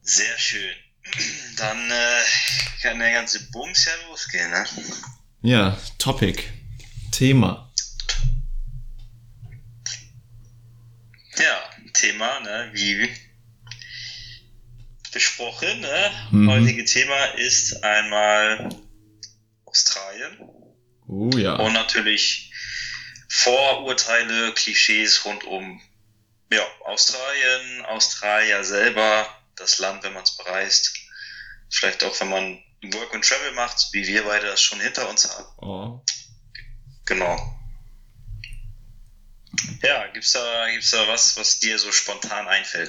Sehr schön. Dann kann der ganze Bums ja losgehen, ne? Ja, Topic. Thema. Ja, Thema, ne? Wie besprochen, ne? Heutige Thema ist einmal Australien. Ja. Und natürlich Vorurteile, Klischees rund um Australien, Australier selber, das Land, wenn man es bereist. Vielleicht auch, wenn man Work and Travel macht, wie wir beide das schon hinter uns haben. Oh. Genau. Ja, gibt's da was dir so spontan einfällt?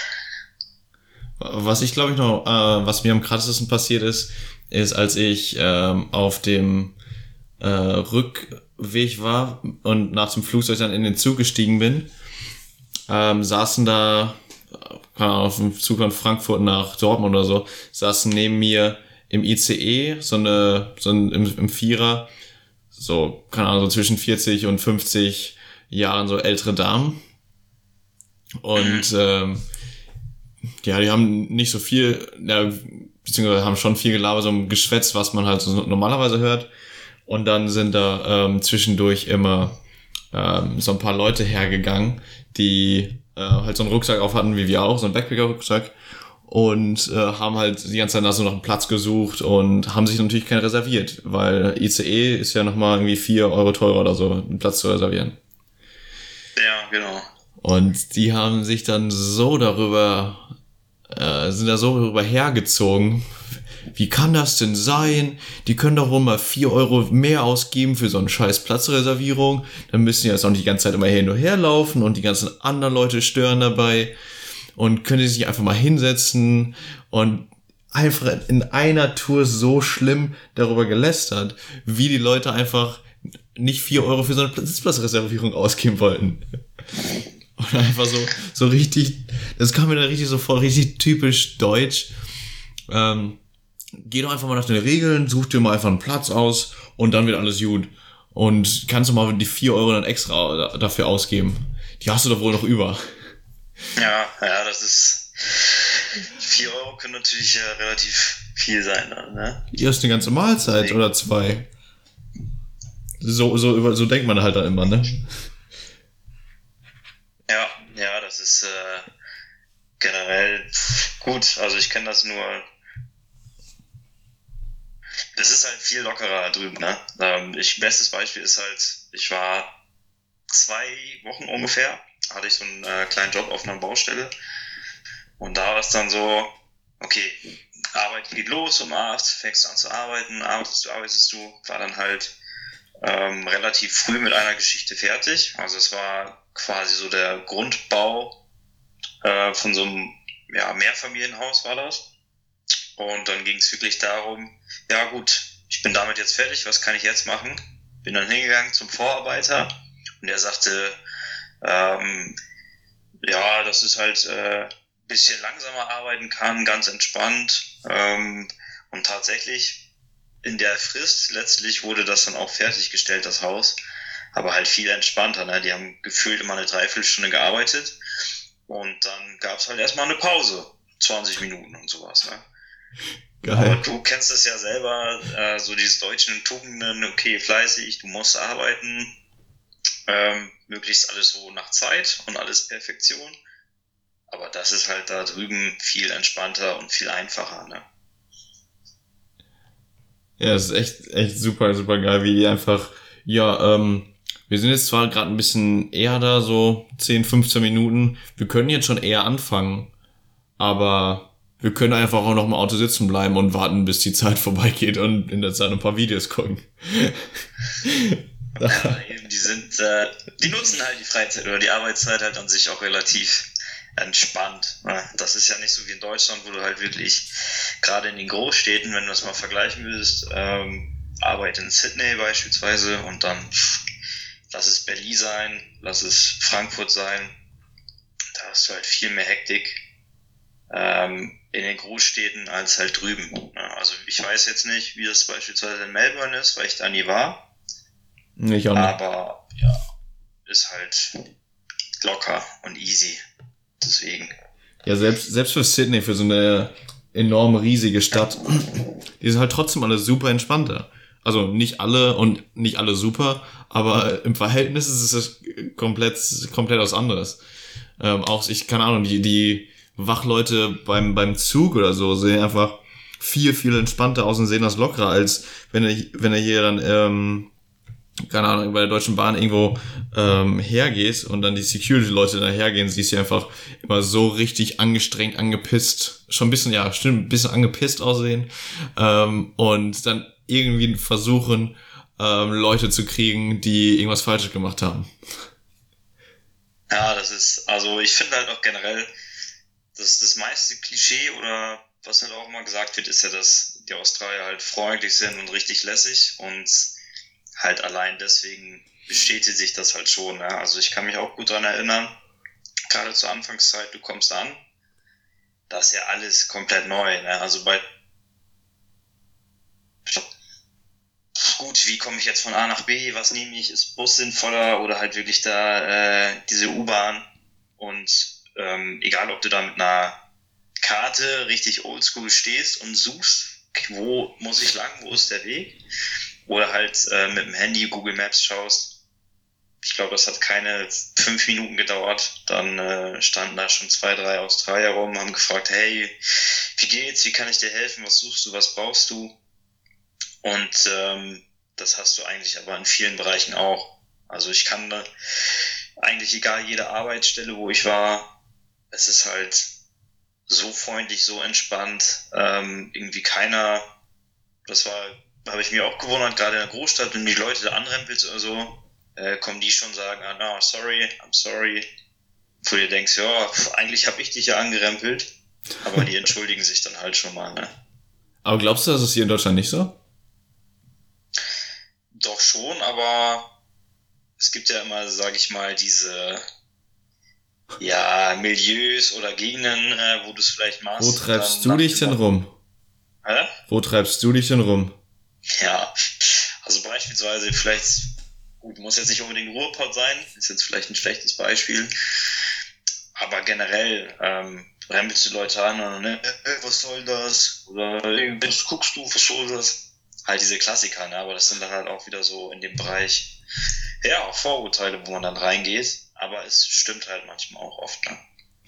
Was ich glaube ich noch, was mir am krassesten passiert ist, als ich auf dem Rückweg war und nach dem Flugzeug dann in den Zug gestiegen bin, saßen da, keine Ahnung, auf dem Zug von Frankfurt nach Dortmund oder so, saßen neben mir im ICE, im Vierer, so, keine Ahnung, so zwischen 40 und 50 Jahren so ältere Damen. Und die haben nicht so viel, beziehungsweise haben schon viel gelabert, so ein Geschwätz, was man halt so normalerweise hört. Und dann sind da zwischendurch immer so ein paar Leute hergegangen, die halt so einen Rucksack auf hatten, wie wir auch, so einen Backpacker-Rucksack. Und haben halt die ganze Zeit nach so nach einem Platz gesucht und haben sich natürlich keinen reserviert, weil ICE ist ja nochmal irgendwie 4 Euro teurer oder so, einen Platz zu reservieren. Ja, genau. Und die haben sich dann so sind da so darüber hergezogen. Wie kann das denn sein? Die können doch wohl mal 4 Euro mehr ausgeben für so eine scheiß Platzreservierung. Dann müssen die jetzt auch nicht die ganze Zeit immer hin und her laufen und die ganzen anderen Leute stören dabei. Und können die sich einfach mal hinsetzen und einfach in einer Tour so schlimm darüber gelästert, wie die Leute einfach nicht 4 Euro für so eine Sitzplatzreservierung ausgeben wollten. Und einfach so richtig, das kam mir da richtig so vor, richtig typisch deutsch. Geh doch einfach mal nach den Regeln, such dir mal einfach einen Platz aus und dann wird alles gut. Und kannst du mal die 4 Euro dann extra dafür ausgeben. Die hast du doch wohl noch über. Ja, das ist 4 Euro können natürlich relativ viel sein, ne? Hier ist eine ganze Mahlzeit oder 2. So denkt man halt dann immer, ne? Ja, das ist generell gut. Also ich kenne das nur. Das ist halt viel lockerer drüben, ne? Bestes Beispiel ist halt, ich war 2 Wochen ungefähr, hatte ich so einen kleinen Job auf einer Baustelle. Und da war es dann so, okay, Arbeit geht los um 8, fängst du an zu arbeiten, arbeitest du, war dann halt relativ früh mit einer Geschichte fertig. Also es war quasi so der Grundbau von so einem Mehrfamilienhaus war das. Und dann ging es wirklich darum, ja gut, ich bin damit jetzt fertig, was kann ich jetzt machen? Bin dann hingegangen zum Vorarbeiter und der sagte, dass es halt bisschen langsamer arbeiten kann, ganz entspannt. Und tatsächlich in der Frist, letztlich wurde das dann auch fertiggestellt, das Haus, aber halt viel entspannter. Ne? Die haben gefühlt immer eine Dreiviertelstunde gearbeitet und dann gab es halt erstmal eine Pause, 20 Minuten und sowas. Ne? Geil. Aber du kennst das ja selber, so dieses deutschen Tugenden, okay, fleißig, du musst arbeiten, möglichst alles so nach Zeit und alles Perfektion. Aber das ist halt da drüben viel entspannter und viel einfacher, ne? Ja, das ist echt super, super geil, wie die einfach, wir sind jetzt zwar gerade ein bisschen eher da, so 10, 15 Minuten, wir können jetzt schon eher anfangen, aber wir können einfach auch noch im Auto sitzen bleiben und warten, bis die Zeit vorbeigeht und in der Zeit ein paar Videos gucken. Ja, eben, die nutzen halt die Freizeit oder die Arbeitszeit halt an sich auch relativ entspannt. Ne? Das ist ja nicht so wie in Deutschland, wo du halt wirklich, gerade in den Großstädten, wenn du das mal vergleichen würdest, arbeite in Sydney beispielsweise und dann lass es Berlin sein, lass es Frankfurt sein, da hast du halt viel mehr Hektik in den Großstädten als halt drüben. Ne? Also ich weiß jetzt nicht, wie das beispielsweise in Melbourne ist, weil ich da nie war, Ich auch nicht. aber ja, ist halt locker und easy. Deswegen. Ja, selbst für Sydney, für so eine enorm riesige Stadt, die sind halt trotzdem alle super entspannter. Also nicht alle und nicht alle super, aber im Verhältnis ist es komplett was anderes. Auch, keine Ahnung, die Wachleute beim Zug oder so sehen einfach viel entspannter aus und sehen das lockerer, als wenn er hier dann, keine Ahnung, bei der Deutschen Bahn irgendwo hergeht und dann die Security-Leute dahergehen, siehst du einfach immer so richtig angestrengt, angepisst, schon ein bisschen, ja, stimmt, ein bisschen angepisst aussehen und dann irgendwie versuchen, Leute zu kriegen, die irgendwas Falsches gemacht haben. Ja, also ich finde halt auch generell, dass das meiste Klischee oder was halt auch immer gesagt wird, ist ja, dass die Australier halt freundlich sind und richtig lässig und halt allein deswegen bestätigt sich das halt schon. Ne? Also ich kann mich auch gut dran erinnern, gerade zur Anfangszeit, du kommst an, das ist ja alles komplett neu. Ne? Also gut, wie komme ich jetzt von A nach B, was nehme ich, ist Bus sinnvoller oder halt wirklich da diese U-Bahn und egal, ob du da mit einer Karte richtig oldschool stehst und suchst, wo muss ich lang, wo ist der Weg, oder halt mit dem Handy Google Maps schaust. Ich glaube, das hat keine 5 Minuten gedauert. Dann standen da schon 2, 3 Australier rum, haben gefragt, hey, wie geht's, wie kann ich dir helfen, was suchst du, was brauchst du? Und das hast du eigentlich aber in vielen Bereichen auch. Also ich kann da eigentlich egal jede Arbeitsstelle, wo ich war, es ist halt so freundlich, so entspannt. Irgendwie keiner, habe ich mir auch gewundert, gerade in der Großstadt, wenn die Leute da anrempelst oder so, kommen die schon sagen, no, sorry, I'm sorry. Wo du dir denkst, ja, eigentlich habe ich dich ja angerempelt, aber die entschuldigen sich dann halt schon mal, ne? Aber glaubst du, das ist hier in Deutschland nicht so? Doch schon, aber es gibt ja immer, sage ich mal, diese Milieus oder Gegenden, wo du es vielleicht machst. Wo treibst du dich denn rum? Hä? Wo treibst du dich denn rum? Ja, also beispielsweise vielleicht, gut, muss jetzt nicht unbedingt Ruhrpott sein, ist jetzt vielleicht ein schlechtes Beispiel, aber generell rempelst du Leute an und ne, was soll das? Oder was guckst du, was soll das? Halt diese Klassiker, ne? Aber das sind dann halt auch wieder so in dem Bereich, ja, auch Vorurteile, wo man dann reingeht, aber es stimmt halt manchmal auch oft, ne?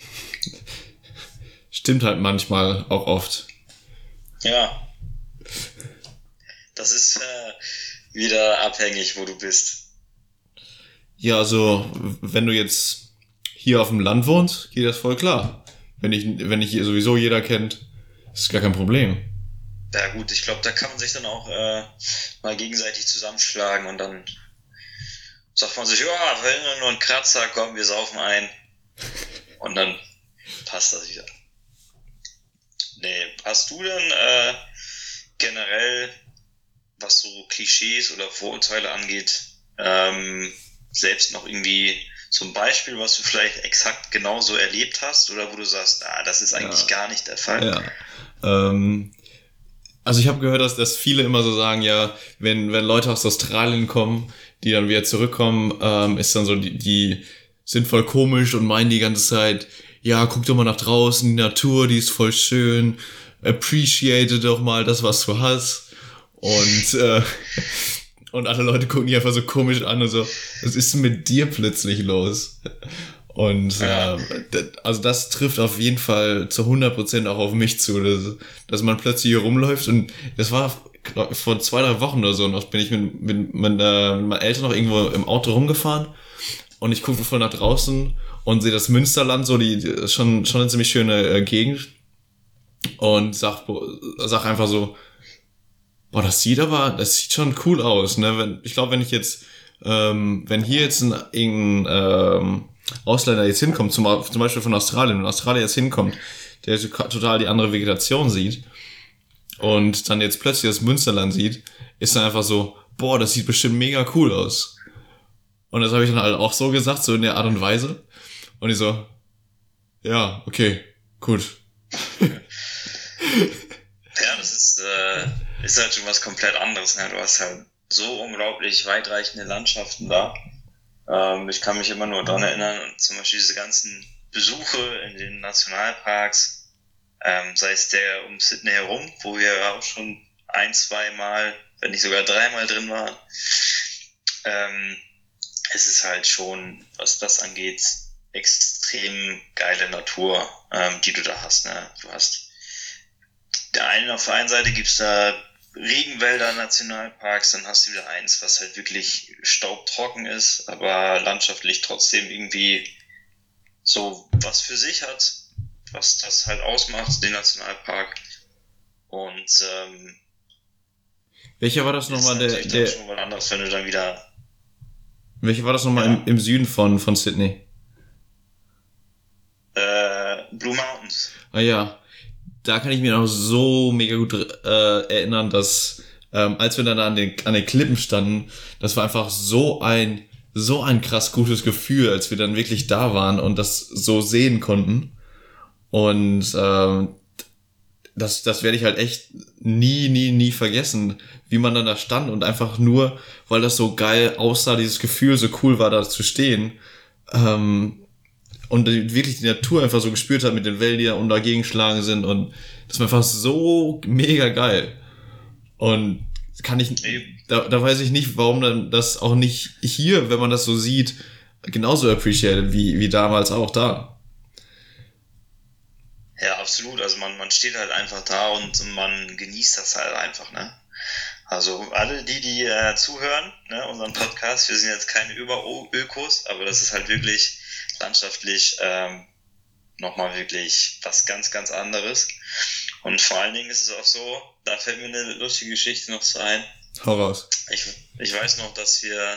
Stimmt halt manchmal auch oft. Ja. Das ist wieder abhängig, wo du bist. Ja, also, wenn du jetzt hier auf dem Land wohnst, geht das voll klar. Wenn ich hier sowieso jeder kennt, ist gar kein Problem. Ja gut, ich glaube, da kann man sich dann auch mal gegenseitig zusammenschlagen und dann sagt man sich, ja, wenn nur ein Kratzer, komm, wir saufen ein. Und dann passt das wieder. Nee, hast du denn generell, was so Klischees oder Vorurteile angeht, selbst noch irgendwie so ein Beispiel, was du vielleicht exakt genauso erlebt hast oder wo du sagst, das ist eigentlich gar nicht der Fall? Ja. Also ich habe gehört, dass viele immer so sagen, ja, wenn Leute aus Australien kommen, die dann wieder zurückkommen, ist dann so, die sind voll komisch und meinen die ganze Zeit, ja, guck doch mal nach draußen, die Natur, die ist voll schön, appreciate doch mal das, was du hast. Und alle Leute gucken die einfach so komisch an und so, was ist denn mit dir plötzlich los? Und also das trifft auf jeden Fall zu 100% auch auf mich zu, dass man plötzlich hier rumläuft und das war vor 2, 3 Wochen oder so noch, bin ich mit meinen Eltern noch irgendwo im Auto rumgefahren und ich gucke voll nach draußen und sehe das Münsterland, so die schon eine ziemlich schöne Gegend und sag einfach so, boah, das sieht schon cool aus, ne? Ich glaube, wenn hier jetzt irgendein Ausländer jetzt hinkommt, zum Beispiel von Australien, wenn Australier jetzt hinkommt, der total die andere Vegetation sieht und dann jetzt plötzlich das Münsterland sieht, ist dann einfach so, boah, das sieht bestimmt mega cool aus. Und das habe ich dann halt auch so gesagt, so in der Art und Weise. Und ich so, ja, okay, gut. Ja, das ist halt schon was komplett anderes. Ne? Du hast halt so unglaublich weitreichende Landschaften da. Ich kann mich immer nur daran erinnern, zum Beispiel diese ganzen Besuche in den Nationalparks, sei es der um Sydney herum, wo wir ja auch schon 1-2 Mal, wenn nicht sogar 3 Mal drin waren, es ist halt schon, was das angeht, extrem geile Natur, die du da hast. Ne? Du hast auf der einen Seite gibt's da Regenwälder, Nationalparks, dann hast du wieder eins, was halt wirklich staubtrocken ist, aber landschaftlich trotzdem irgendwie so was für sich hat, was das halt ausmacht, den Nationalpark. Und welcher war das nochmal? Der schon mal anders, wenn du dann wieder. Welcher war das nochmal im Süden von Sydney? Blue Mountains. Ah ja, da kann ich mich noch so mega gut erinnern, dass als wir dann an den Klippen standen, das war einfach so ein krass gutes Gefühl, als wir dann wirklich da waren und das so sehen konnten. Und das werde ich halt echt nie vergessen, wie man dann da stand und einfach nur, weil das so geil aussah, dieses Gefühl so cool war, da zu stehen. Und wirklich die Natur einfach so gespürt hat mit den Wellen, die da dagegen geschlagen sind, und das war einfach so mega geil. Und da weiß ich nicht, warum dann das auch nicht hier, wenn man das so sieht, genauso appreciated wie damals auch da. Ja, absolut. Also man steht halt einfach da und man genießt das halt einfach, ne? Also alle, die zuhören, ne, unseren Podcast, wir sind jetzt keine Über-Ökos, aber das ist halt wirklich landschaftlich nochmal wirklich was ganz, ganz anderes. Und vor allen Dingen ist es auch so, da fällt mir eine lustige Geschichte noch zu ein. Hau raus. Ich weiß noch, dass wir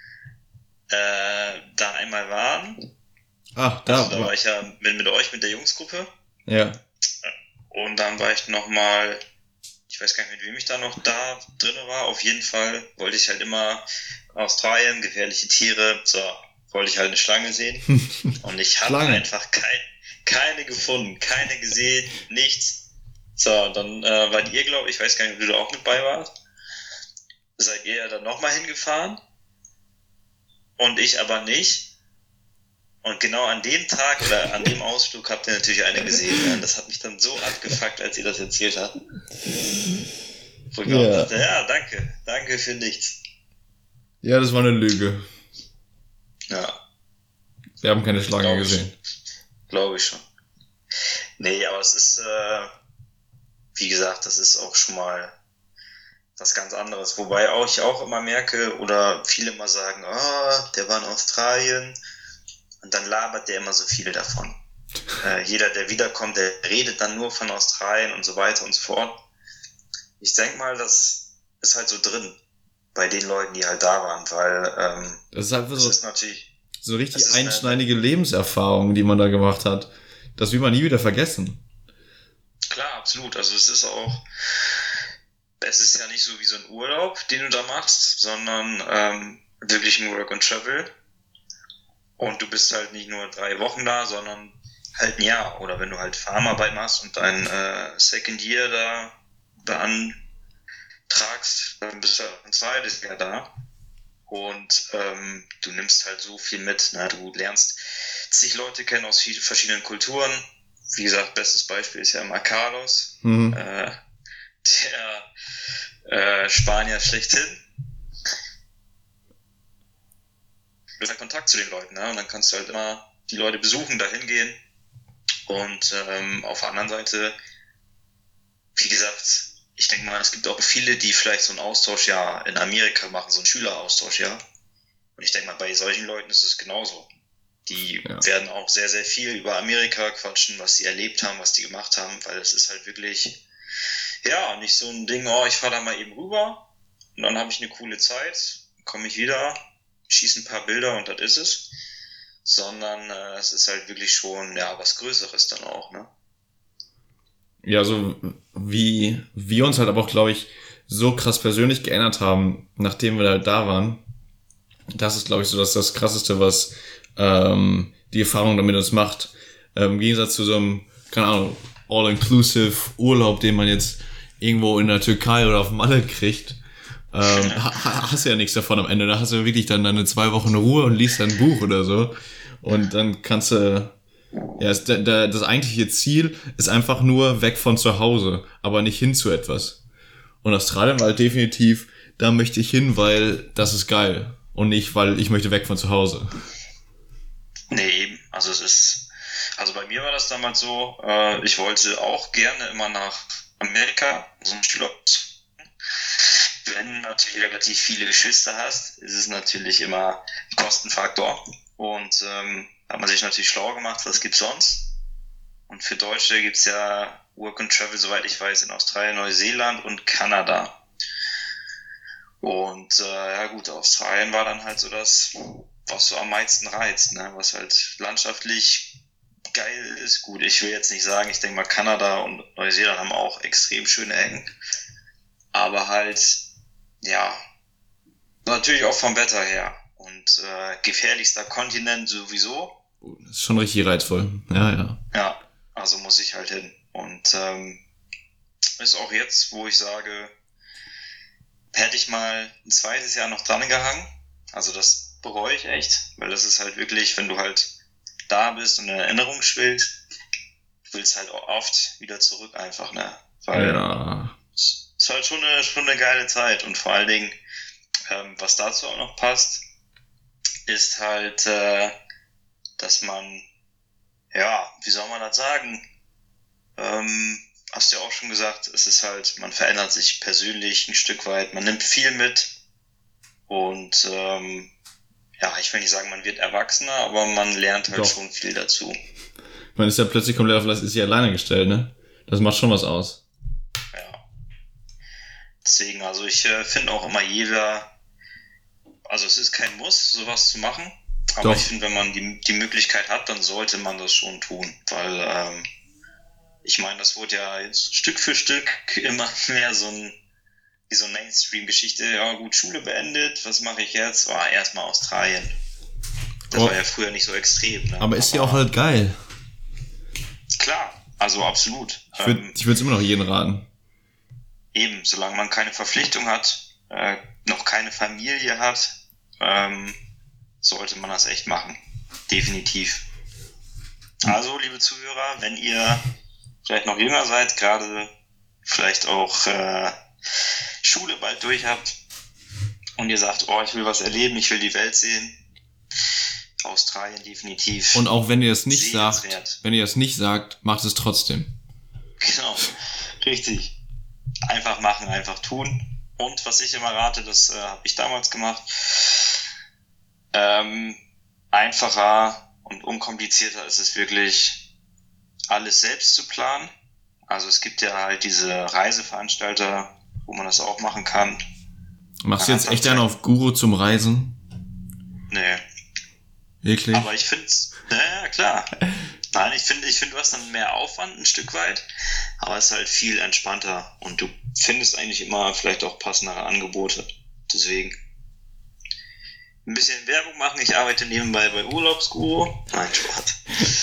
da einmal waren. Ach, da. Also da war ich ja mit euch, mit der Jungsgruppe. Ja. Und dann war ich nochmal, ich weiß gar nicht, mit wem ich da noch da drin war. Auf jeden Fall wollte ich halt immer Australien, gefährliche Tiere, so, wollte ich halt eine Schlange sehen. Und ich habe einfach keine gefunden, keine gesehen, nichts. So, dann wart ihr, glaube ich weiß gar nicht, ob du da auch mit bei warst. Seid ihr ja dann nochmal hingefahren und ich aber nicht. Und genau an dem Tag oder an dem Ausflug habt ihr natürlich eine gesehen. Ja? Das hat mich dann so abgefuckt, als ihr das erzählt habt. Wo ich auch dachte, ja, danke für nichts. Ja, das war eine Lüge. Ja. Wir haben keine Schlange gesehen. Glaube ich schon. Nee, aber es ist, wie gesagt, das ist auch schon mal was ganz anderes. Wobei ich auch immer merke, oder viele immer sagen, der war in Australien. Und dann labert der immer so viel davon. Jeder, der wiederkommt, der redet dann nur von Australien und so weiter und so fort. Ich denke mal, das ist halt so drin bei den Leuten, die halt da waren, weil das ist einfach so richtig ist einschneidige Lebenserfahrung, die man da gemacht hat. Das will man nie wieder vergessen. Klar, absolut. Also es ist ja nicht so wie so ein Urlaub, den du da machst, sondern wirklich ein Work and Travel. Und du bist halt nicht nur 3 Wochen da, sondern halt ein Jahr. Oder wenn du halt Farmarbeit machst und dein Second Year da beantragst, dann bist du ein zweites Jahr da. Und du nimmst halt so viel mit. Ne? Du lernst zig Leute kennen aus verschiedenen Kulturen. Wie gesagt, bestes Beispiel ist ja mal Carlos, der Spanier schlechthin. Du hast halt Kontakt zu den Leuten, ne? Und dann kannst du halt immer die Leute besuchen, dahin gehen. Und auf der anderen Seite, wie gesagt, ich denke mal, es gibt auch viele, die vielleicht so ein Austauschjahr in Amerika machen, so ein Schüleraustauschjahr. Und ich denke mal, bei solchen Leuten ist es genauso. Die werden auch sehr, sehr viel über Amerika quatschen, was sie erlebt haben, was die gemacht haben, weil es ist halt wirklich, ja, nicht so ein Ding, ich fahre da mal eben rüber und dann habe ich eine coole Zeit, komme ich wieder, schieße ein paar Bilder und das ist es. Sondern es ist halt wirklich schon, was Größeres dann auch, ne? Ja, so wie wir uns halt aber auch, glaube ich, so krass persönlich geändert haben, nachdem wir halt da waren. Das ist, glaube ich, so das Krasseste, was die Erfahrung damit uns macht. Im Gegensatz zu so einem, keine Ahnung, all-inclusive Urlaub, den man jetzt irgendwo in der Türkei oder auf Malle kriegt, hast du ja nichts davon am Ende. Da hast du wirklich dann deine 2 Wochen Ruhe und liest dein Buch oder so. Und dann kannst du Ja, das eigentliche Ziel ist einfach nur weg von zu Hause, aber nicht hin zu etwas. Und Australien war halt definitiv, da möchte ich hin, weil das ist geil. Und nicht, weil ich möchte weg von zu Hause. Nee, eben. Also bei mir war das damals so, ich wollte auch gerne immer nach Amerika, so ein Schüler. Wenn du natürlich relativ viele Geschwister hast, ist es natürlich immer ein Kostenfaktor. Und hat man sich natürlich schlau gemacht, was gibt's sonst? Und für Deutsche gibt's ja Work and Travel, soweit ich weiß, in Australien, Neuseeland und Kanada. Und ja gut, Australien war dann halt so das, was so am meisten reizt, ne? Was halt landschaftlich geil ist. Gut, ich will jetzt nicht sagen, ich denke mal, Kanada und Neuseeland haben auch extrem schöne Ecken. Aber halt, ja, natürlich auch vom Wetter her. Und gefährlichster Kontinent sowieso. Das ist schon richtig reizvoll. Ja. Ja, also muss ich halt hin. Und ist auch jetzt, wo ich sage, hätte ich mal ein zweites Jahr noch dran gehangen. Also das bereue ich echt, weil das ist halt wirklich, wenn du halt da bist und in Erinnerung schwelgst, du willst halt auch oft wieder zurück einfach, ne? Weil Ja. es ist halt schon eine geile Zeit. Und vor allen Dingen, was dazu auch noch passt, ist halt, dass man, ja, wie soll man das sagen? Hast du ja auch schon gesagt, es ist halt, man verändert sich persönlich ein Stück weit, man nimmt viel mit und ja, ich will nicht sagen, man wird erwachsener, aber man lernt halt Doch. schon viel dazu. Man ist ja plötzlich komplett auf das ist ja alleine gestellt, ne? Das macht schon was aus. Ja. Deswegen, also ich finde auch immer also es ist kein Muss, sowas zu machen, aber Doch. ich finde, wenn man die Möglichkeit hat, dann sollte man das schon tun, weil ich meine, das wurde ja jetzt Stück für Stück immer mehr wie so eine Mainstream-Geschichte. Ja gut, Schule beendet, was mache ich jetzt? Oh, erstmal Australien. Das war ja früher nicht so extrem. Ne? Aber ist ja auch halt geil. Klar, also absolut. Ich würde es immer noch jedem raten. Eben, solange man keine Verpflichtung hat, noch keine Familie hat, sollte man das echt machen. Definitiv. Also, liebe Zuhörer, wenn ihr vielleicht noch jünger seid, gerade vielleicht auch Schule bald durch habt und ihr sagt, oh, ich will was erleben, ich will die Welt sehen, Australien definitiv. Und auch wenn ihr es nicht sehenswert. sagt, macht es trotzdem. Genau, richtig. Einfach machen, einfach tun. Und was ich immer rate, das habe ich damals gemacht, einfacher und unkomplizierter ist es wirklich, alles selbst zu planen. Also es gibt ja halt diese Reiseveranstalter, wo man das auch machen kann. Machst du jetzt echt einen auf Guru zum Reisen? Nee. Wirklich? Aber ich finde es, naja, klar. Nein, ich finde, du hast dann mehr Aufwand ein Stück weit, aber es ist halt viel entspannter und du findest eigentlich immer vielleicht auch passendere Angebote. Deswegen ein bisschen Werbung machen. Ich arbeite nebenbei bei Urlaubsguru. Nein, Sport.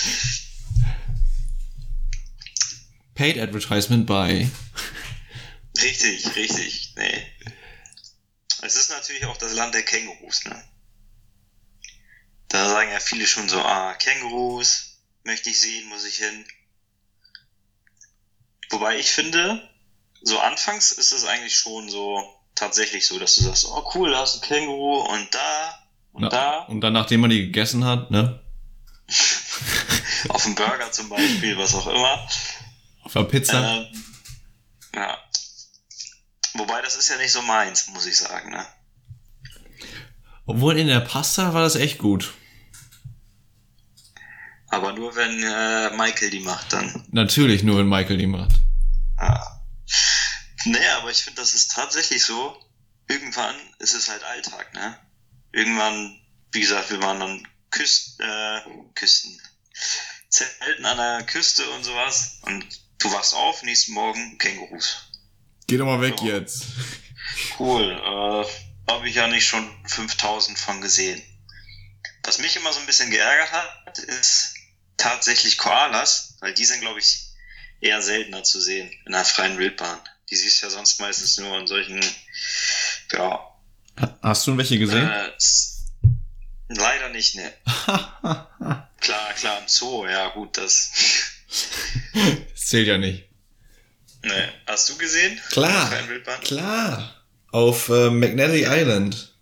Paid Advertisement by. Richtig. Nee. Es ist natürlich auch das Land der Kängurus, ne? Da sagen ja viele schon so, Kängurus möchte ich sehen, muss ich hin. Wobei ich finde, so anfangs ist es eigentlich schon so tatsächlich so, dass du sagst, oh cool, da ist ein Känguru und da und da. Und dann, nachdem man die gegessen hat, ne? Auf dem Burger zum Beispiel, was auch immer. Auf der Pizza. Ja. Wobei, das ist ja nicht so meins, muss ich sagen, ne? Obwohl in der Pasta war das echt gut. Aber nur wenn Michael die macht, dann. Natürlich nur, wenn Michael die macht. Ja. Naja, aber ich finde, das ist tatsächlich so. Irgendwann ist es halt Alltag, ne? Irgendwann, wie gesagt, wir waren dann Küsten. Zelten an der Küste und sowas. Und du wachst auf, nächsten Morgen Kängurus. Geh doch mal weg jetzt. Cool. Habe ich ja nicht schon 5000 von gesehen. Was mich immer so ein bisschen geärgert hat, ist tatsächlich Koalas, weil die sind, glaube ich, eher seltener zu sehen in der freien Wildbahn. Die siehst du ja sonst meistens nur in solchen, ja. Hast du welche gesehen? Leider nicht, ne. Klar, im Zoo, ja gut, das... Das zählt ja nicht. Ne, hast du gesehen? Klar, klar. Auf McNally Island.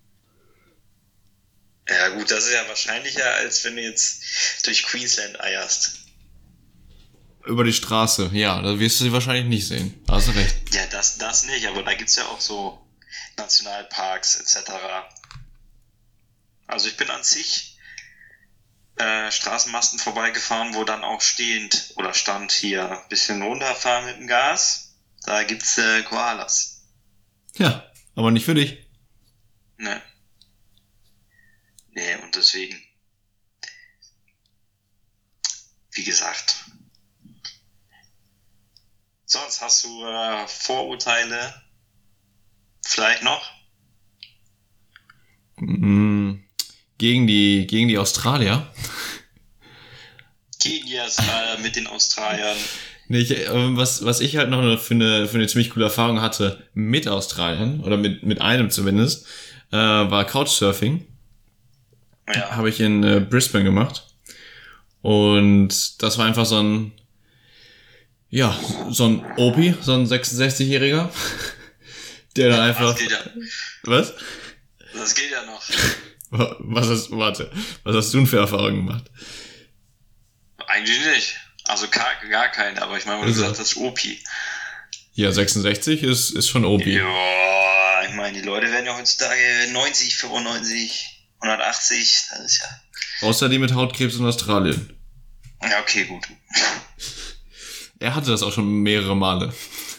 Ja gut, das ist ja wahrscheinlicher, als wenn du jetzt durch Queensland eierst. Über die Straße, ja, da wirst du sie wahrscheinlich nicht sehen. Da hast du recht. Ja, das nicht, aber da gibt's ja auch so Nationalparks etc. Also ich bin an sich Straßenmasten vorbeigefahren, wo dann auch stand hier ein bisschen runterfahren mit dem Gas. Da gibt's Koalas. Ja, aber nicht für dich. Ne. Nee, und deswegen, wie gesagt. Sonst hast du Vorurteile vielleicht noch? Gegen die Australier. Gegen die mit den Australiern. Nee, was ich halt noch für eine ziemlich coole Erfahrung hatte mit Australien, oder mit einem zumindest, war Couchsurfing. Ja. Habe ich in Brisbane gemacht. Und das war einfach so ein Opi, so ein 66-Jähriger, der dann einfach... Das geht ja. Was? Das geht ja noch. Was hast du denn für Erfahrungen gemacht? Eigentlich nicht. Also gar keine, aber ich meine, du gesagt hast, Opi. Ja, 66 ist schon Opi. Ja, ich meine, die Leute werden ja heutzutage 90, 95, 180, das ist ja... Außer die mit Hautkrebs in Australien. Ja, okay, gut. Er hatte das auch schon mehrere Male.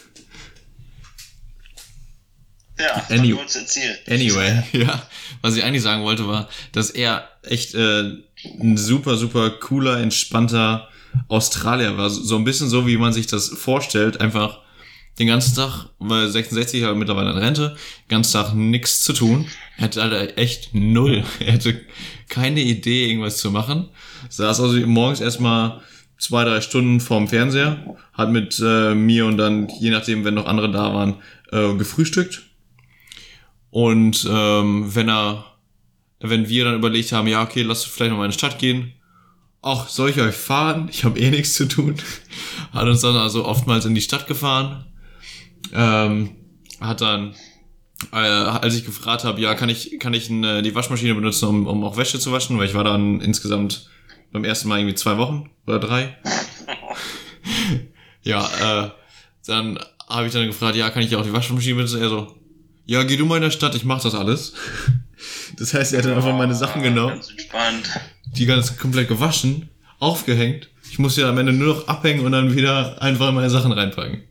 Ja, dann wollt's erzählen. Anyway, ja. Was ich eigentlich sagen wollte, war, dass er echt ein super, super cooler, entspannter Australier war. So ein bisschen so, wie man sich das vorstellt. Einfach den ganzen Tag, weil 66 aber mittlerweile in Rente, den ganzen Tag nichts zu tun. Er hatte halt echt null. Er hatte keine Idee, irgendwas zu machen. Saß also morgens erstmal 2-3 Stunden vorm Fernseher, hat mit mir und dann, je nachdem, wenn noch andere da waren, gefrühstückt. Und wenn wir dann überlegt haben, ja, okay, lass vielleicht noch mal in die Stadt gehen. Ach, soll ich euch fahren? Ich habe eh nichts zu tun. Hat uns dann also oftmals in die Stadt gefahren. Hat dann, als ich gefragt habe, ja, kann ich die Waschmaschine benutzen, um auch Wäsche zu waschen, weil ich war dann insgesamt beim ersten Mal irgendwie 2 Wochen oder 3. Ja, dann habe ich dann gefragt, ja, kann ich auch die Waschmaschine benutzen? Er so, ja, geh du mal in der Stadt, ich mach das alles. Das heißt, er hat dann einfach meine Sachen genommen, Ganz entspannt. die ganz komplett gewaschen, aufgehängt. Ich musste ja am Ende nur noch abhängen und dann wieder einfach meine Sachen reinpacken.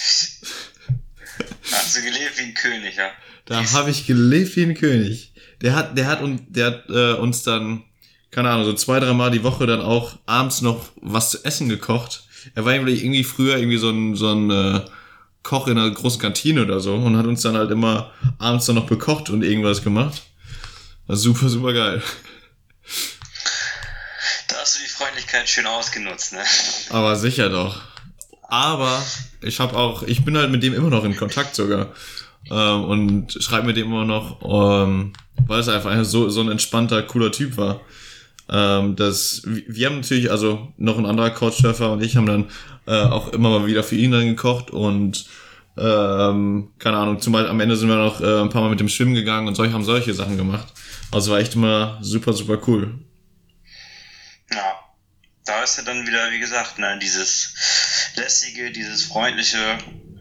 Hast du gelebt wie ein König, ja? Da habe ich gelebt wie ein König. Der hat uns dann, keine Ahnung, so 2-3 Mal die Woche dann auch abends noch was zu essen gekocht. Er war irgendwie früher irgendwie so ein Koch in einer großen Kantine oder so und hat uns dann halt immer abends dann noch bekocht und irgendwas gemacht. War super, super geil. Da hast du die Freundlichkeit schön ausgenutzt, ne? Aber sicher doch. Aber ich bin halt mit dem immer noch in Kontakt sogar. Und schreibe mit dem immer noch, weil es einfach so ein entspannter, cooler Typ war. Wir haben natürlich, also noch ein anderer Couchsurfer und ich haben dann auch immer mal wieder für ihn dann gekocht und keine Ahnung, zumal am Ende sind wir noch ein paar Mal mit dem Schwimmen gegangen und haben solche Sachen gemacht. Also war echt immer super, super cool. Ja, da ist ja dann wieder, wie gesagt, ne, dieses lässige, dieses freundliche.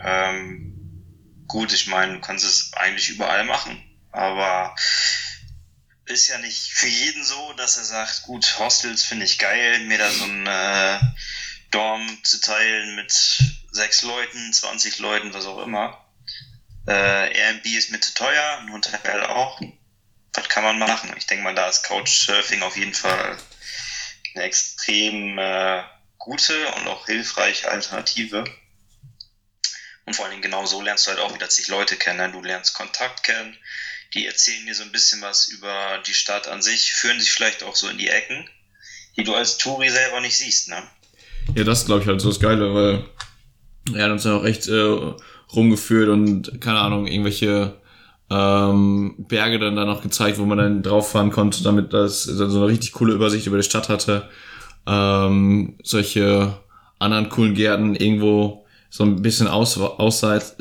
Gut, ich meine, du kannst es eigentlich überall machen, aber ist ja nicht für jeden so, dass er sagt, gut, Hostels finde ich geil, mir da so ein Dorm zu teilen mit 6 Leuten, 20 Leuten, was auch immer. Airbnb ist mir zu teuer, ein Hotel auch. Was kann man machen? Ich denke mal, da ist Couchsurfing auf jeden Fall eine extrem gute und auch hilfreiche Alternative. Und vor allen Dingen genau so lernst du halt auch wieder zig Leute kennen. Du lernst Kontakt kennen, die erzählen dir so ein bisschen was über die Stadt an sich, führen dich vielleicht auch so in die Ecken, die du als Touri selber nicht siehst, ne? Ja, das glaube ich halt so das Geile, weil er hat uns dann auch echt rumgeführt und, keine Ahnung, irgendwelche Berge dann da noch gezeigt, wo man dann drauf fahren konnte, damit das so eine richtig coole Übersicht über die Stadt hatte. Solche anderen coolen Gärten irgendwo so ein bisschen auswärts.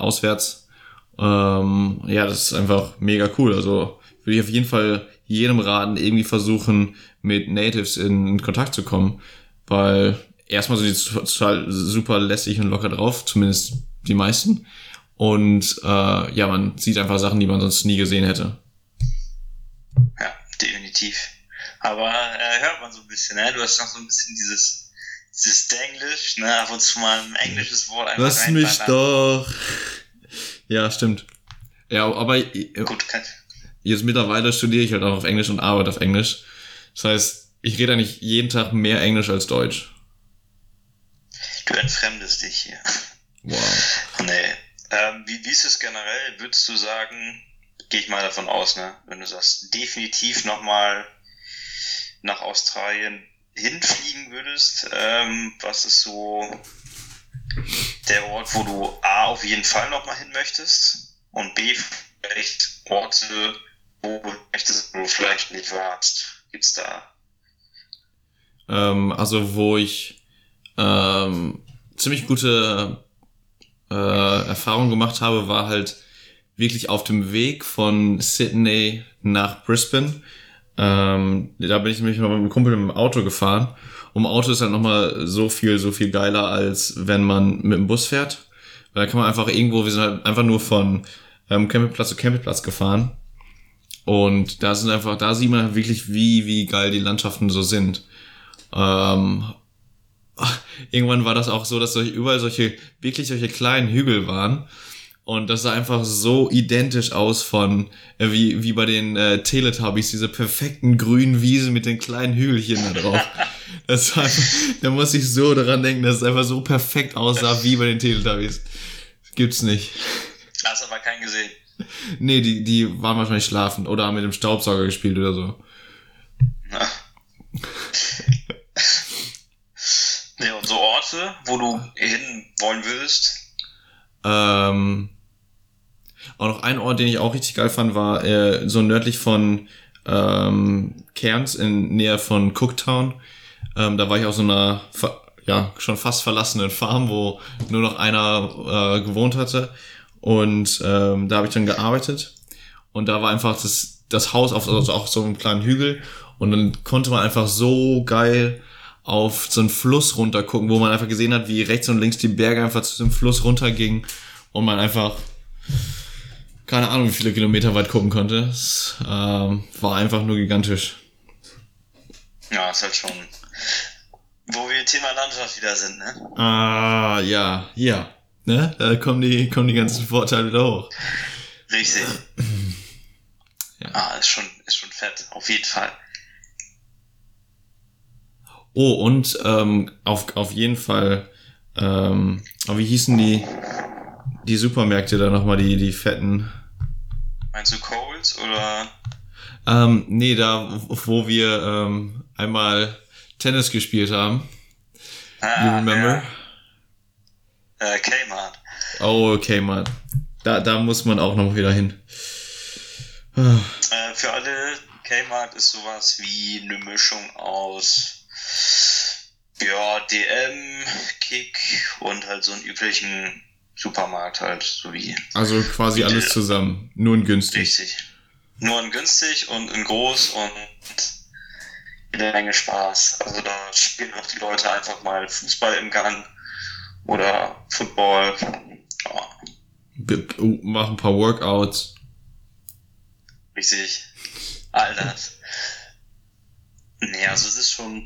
Ja, das ist einfach mega cool. Also würde ich auf jeden Fall jedem raten, irgendwie versuchen, mit Natives in Kontakt zu kommen, weil erstmal sind die total super lässig und locker drauf, zumindest die meisten. Und ja, man sieht einfach Sachen, die man sonst nie gesehen hätte. Ja, definitiv. Aber hört man so ein bisschen, ne? Du hast noch so ein bisschen dieses Denglisch, ne? Ab und zu mal ein englisches Wort einfach lass mich doch. Ja, stimmt. Ja, aber gut, jetzt mittlerweile studiere ich halt auch auf Englisch und arbeite auf Englisch. Das heißt, ich rede eigentlich jeden Tag mehr Englisch als Deutsch. Du entfremdest dich hier. Wow. Nee. Wie ist es generell? Würdest du sagen, gehe ich mal davon aus, ne? Wenn du sagst, definitiv nochmal nach Australien hinfliegen würdest, was ist so der Ort, wo du A, auf jeden Fall nochmal hin möchtest und B, vielleicht Orte, wo du vielleicht nicht warst? Gibt's da? Also wo ich ziemlich gute Erfahrung gemacht habe, war halt wirklich auf dem Weg von Sydney nach Brisbane. Da bin ich nämlich noch mit einem Kumpel mit dem Auto gefahren. Und im Auto ist halt nochmal so viel geiler, als wenn man mit dem Bus fährt. Weil da kann man einfach irgendwo, wir sind halt einfach nur von Campingplatz zu Campingplatz gefahren. Und da sieht man halt wirklich, wie geil die Landschaften so sind. Irgendwann war das auch so, dass überall solche kleinen Hügel waren. Und das sah einfach so identisch aus von, wie bei den Teletubbies, diese perfekten grünen Wiesen mit den kleinen Hügelchen da drauf. Das war einfach, da muss ich so daran denken, dass es einfach so perfekt aussah wie bei den Teletubbies. Das gibt's nicht. Hast aber keinen gesehen. Nee, die waren wahrscheinlich schlafen oder haben mit dem Staubsauger gespielt oder so. Na. Nee, und so Orte, wo du hin wollen würdest? Auch noch ein Ort, den ich auch richtig geil fand, war so nördlich von Cairns in Nähe von Cooktown. Da war ich auf so einer schon fast verlassenen Farm, wo nur noch einer gewohnt hatte. Und da habe ich dann gearbeitet. Und da war einfach das Haus auf so einem kleinen Hügel. Und dann konnte man einfach so geil auf so einen Fluss runter gucken, wo man einfach gesehen hat, wie rechts und links die Berge einfach zu dem Fluss runtergingen. Und man einfach keine Ahnung, wie viele Kilometer weit gucken konnte. Es war einfach nur gigantisch. Ja, ist halt schon, wo wir Thema Landschaft wieder sind, ne? Ah, ja. Ne? Da kommen die ganzen Vorteile wieder hoch. Richtig. Ja. Ist schon fett, auf jeden Fall. Oh, und auf jeden Fall, wie hießen die Supermärkte da nochmal, die fetten? Meinst du Coles oder? Nee, da, wo wir einmal Tennis gespielt haben. You remember? Ja. Kmart. Oh, Kmart. Da muss man auch noch wieder hin. Für alle, Kmart ist sowas wie eine Mischung aus DM, Kick und halt so einen üblichen Supermarkt halt, so wie. Also quasi alles zusammen, nur in günstig. Richtig. Nur in günstig und in groß und eine Menge Spaß. Also da spielen auch die Leute einfach mal Fußball im Gang oder Football. Ja. Machen ein paar Workouts. Richtig. All das. Nee, also es ist schon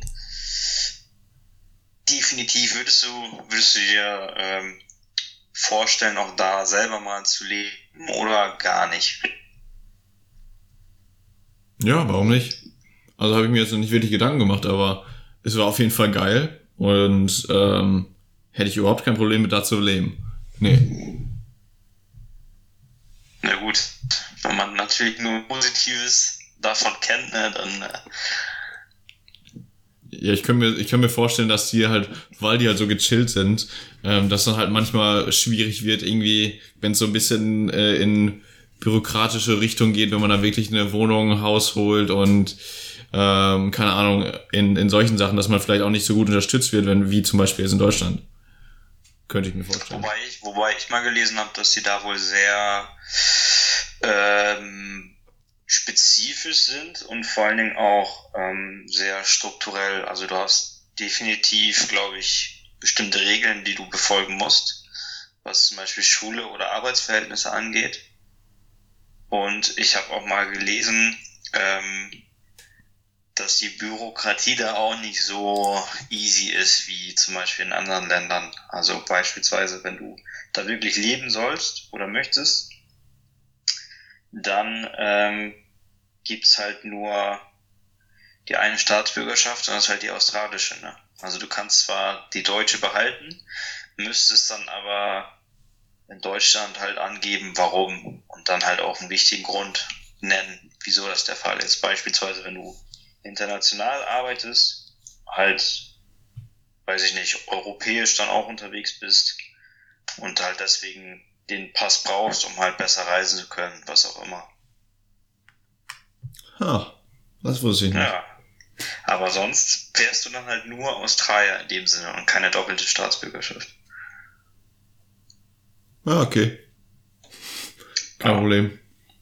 definitiv, würdest du dir vorstellen, auch da selber mal zu leben oder gar nicht? Ja, warum nicht? Also habe ich mir jetzt noch nicht wirklich Gedanken gemacht, aber es war auf jeden Fall geil und hätte ich überhaupt kein Problem mit da zu leben. Nee. Na gut, wenn man natürlich nur Positives davon kennt, ne, dann ja, ich kann mir vorstellen, dass die halt, weil die halt so gechillt sind, dass dann halt manchmal schwierig wird, irgendwie, wenn es so ein bisschen in bürokratische Richtung geht, wenn man da wirklich eine Wohnung, ein Haus holt und keine Ahnung, in solchen Sachen, dass man vielleicht auch nicht so gut unterstützt wird, wie zum Beispiel jetzt in Deutschland. Könnte ich mir vorstellen. Wobei ich mal gelesen habe, dass die da wohl sehr spezifisch sind und vor allen Dingen auch sehr strukturell. Also du hast definitiv, glaube ich, bestimmte Regeln, die du befolgen musst, was zum Beispiel Schule oder Arbeitsverhältnisse angeht. Und ich habe auch mal gelesen, dass die Bürokratie da auch nicht so easy ist wie zum Beispiel in anderen Ländern. Also beispielsweise, wenn du da wirklich leben sollst oder möchtest, dann gibt's halt nur die eine Staatsbürgerschaft und das ist halt die australische. Ne? Also du kannst zwar die deutsche behalten, müsstest dann aber in Deutschland halt angeben, warum und dann halt auch einen wichtigen Grund nennen, wieso das der Fall ist. Beispielsweise, wenn du international arbeitest, halt, weiß ich nicht, europäisch dann auch unterwegs bist und halt deswegen den Pass brauchst, um halt besser reisen zu können, was auch immer. Das wusste ich nicht. Ja, aber sonst wärst du dann halt nur Australier in dem Sinne und keine doppelte Staatsbürgerschaft. Okay. Kein Problem.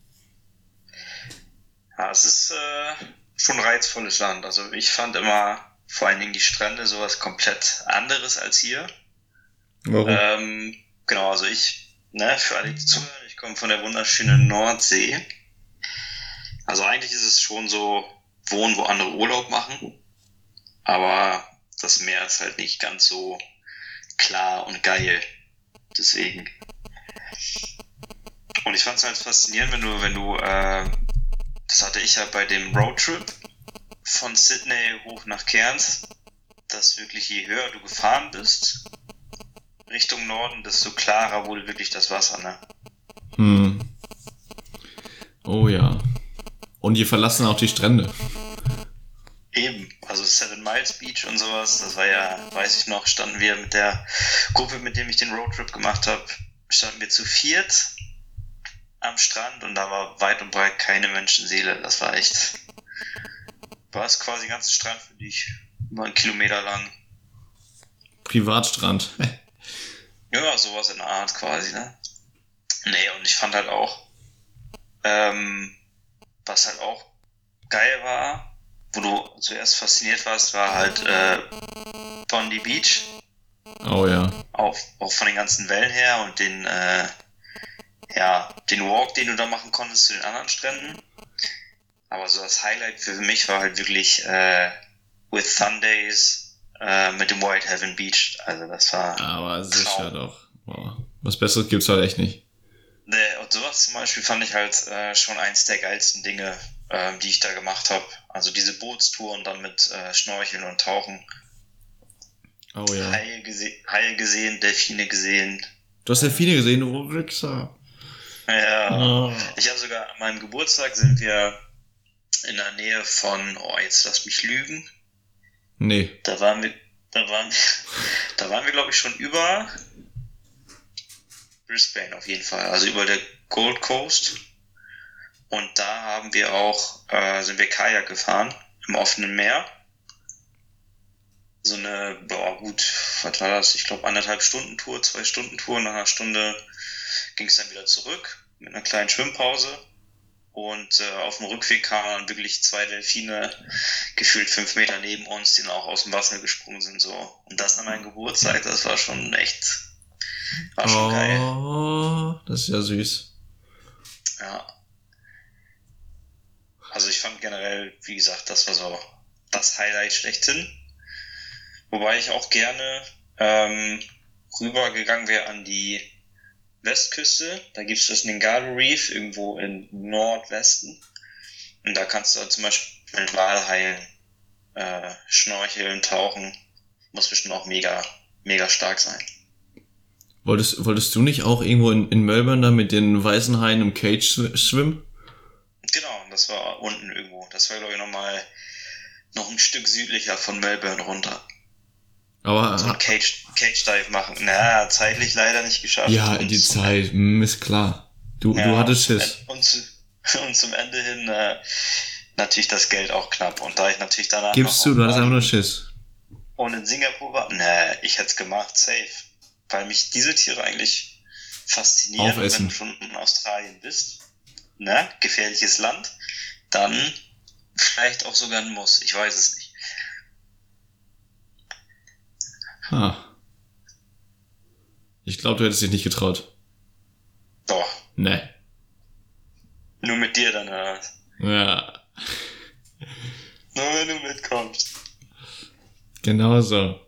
Ja, es ist schon ein reizvolles Land. Also ich fand immer vor allen Dingen die Strände sowas komplett anderes als hier. Warum? Genau, also für alle, die zuhören, ich komme von der wunderschönen Nordsee. Also eigentlich ist es schon so, wohnen, wo andere Urlaub machen. Aber das Meer ist halt nicht ganz so klar und geil. Deswegen. Und ich fand es halt faszinierend, wenn du das hatte ich ja bei dem Roadtrip von Sydney hoch nach Cairns, dass wirklich je höher du gefahren bist, Richtung Norden, desto klarer wurde wirklich das Wasser, ne? Oh ja. Und die verlassen auch die Strände. Eben, also 7 Miles Beach und sowas, das war ja, weiß ich noch, standen wir mit der Gruppe, mit dem ich den Roadtrip gemacht habe, standen wir zu 4 am Strand und da war weit und breit keine Menschenseele. Das war echt, war es quasi den ganzen Strand für dich, über 1 Kilometer lang. Privatstrand. Ja, sowas in der Art quasi, ne? Nee, und ich fand halt auch, was halt auch geil war, wo du zuerst fasziniert warst, war halt Bondi Beach. Oh ja. Auch von den ganzen Wellen her und den Walk, den du da machen konntest zu den anderen Stränden. Aber so das Highlight für mich war halt wirklich With Sundays mit dem Whitehaven Beach. Also das war aber sicher doch. Boah. Was Besseres gibt's halt echt nicht. Und sowas zum Beispiel fand ich halt schon eins der geilsten Dinge, die ich da gemacht habe. Also diese Bootstouren dann mit Schnorcheln und Tauchen. Oh ja. Haie gesehen, Delfine gesehen. Du hast Delfine gesehen, du Wichser. Ja. Oh. Ich habe sogar an meinem Geburtstag sind wir in der Nähe von, jetzt lass mich lügen. Nee. Da waren wir glaube ich schon über Brisbane auf jeden Fall, also über der Gold Coast. Und da haben wir auch, sind wir Kajak gefahren im offenen Meer. So eine, was war das? Ich glaube 1,5 Stunden Tour, 2 Stunden Tour. Nach einer Stunde ging es dann wieder zurück mit einer kleinen Schwimmpause. Und auf dem Rückweg kamen dann wirklich 2 Delfine, gefühlt 5 Meter neben uns, die dann auch aus dem Wasser gesprungen sind. So. Und das an meinem Geburtstag, das war schon echt, war schon geil. Oh, das ist ja süß. Ja. Also ich fand generell, wie gesagt, das war so das Highlight schlechthin. Wobei ich auch gerne rübergegangen wäre an die Westküste. Da gibt es das Ngalo Reef irgendwo im Nordwesten. Und da kannst du zum Beispiel mit Walhaien schnorcheln, tauchen. Muss bestimmt auch mega, mega stark sein. Wolltest du nicht auch irgendwo in Melbourne da mit den weißen Haien im Cage schwimmen? Genau, das war unten irgendwo. Das war, glaube ich, noch ein Stück südlicher von Melbourne runter. Aber so ein Cage Dive machen. Na, zeitlich leider nicht geschafft. Ja, die Zeit, ist klar. Du hattest Schiss. Und zum Ende hin natürlich das Geld auch knapp. Und da ich natürlich danach Gibst du hattest einfach nur Schiss. Und in Singapur war, ich hätte es gemacht, safe. Weil mich diese Tiere eigentlich faszinieren. Und wenn du schon in Australien bist, gefährliches Land, dann vielleicht auch sogar ein Muss. Ich weiß es nicht. Ich glaube, du hättest dich nicht getraut. Doch. Nee. Nur mit dir dann, Ja. Nur wenn du mitkommst. Genau so.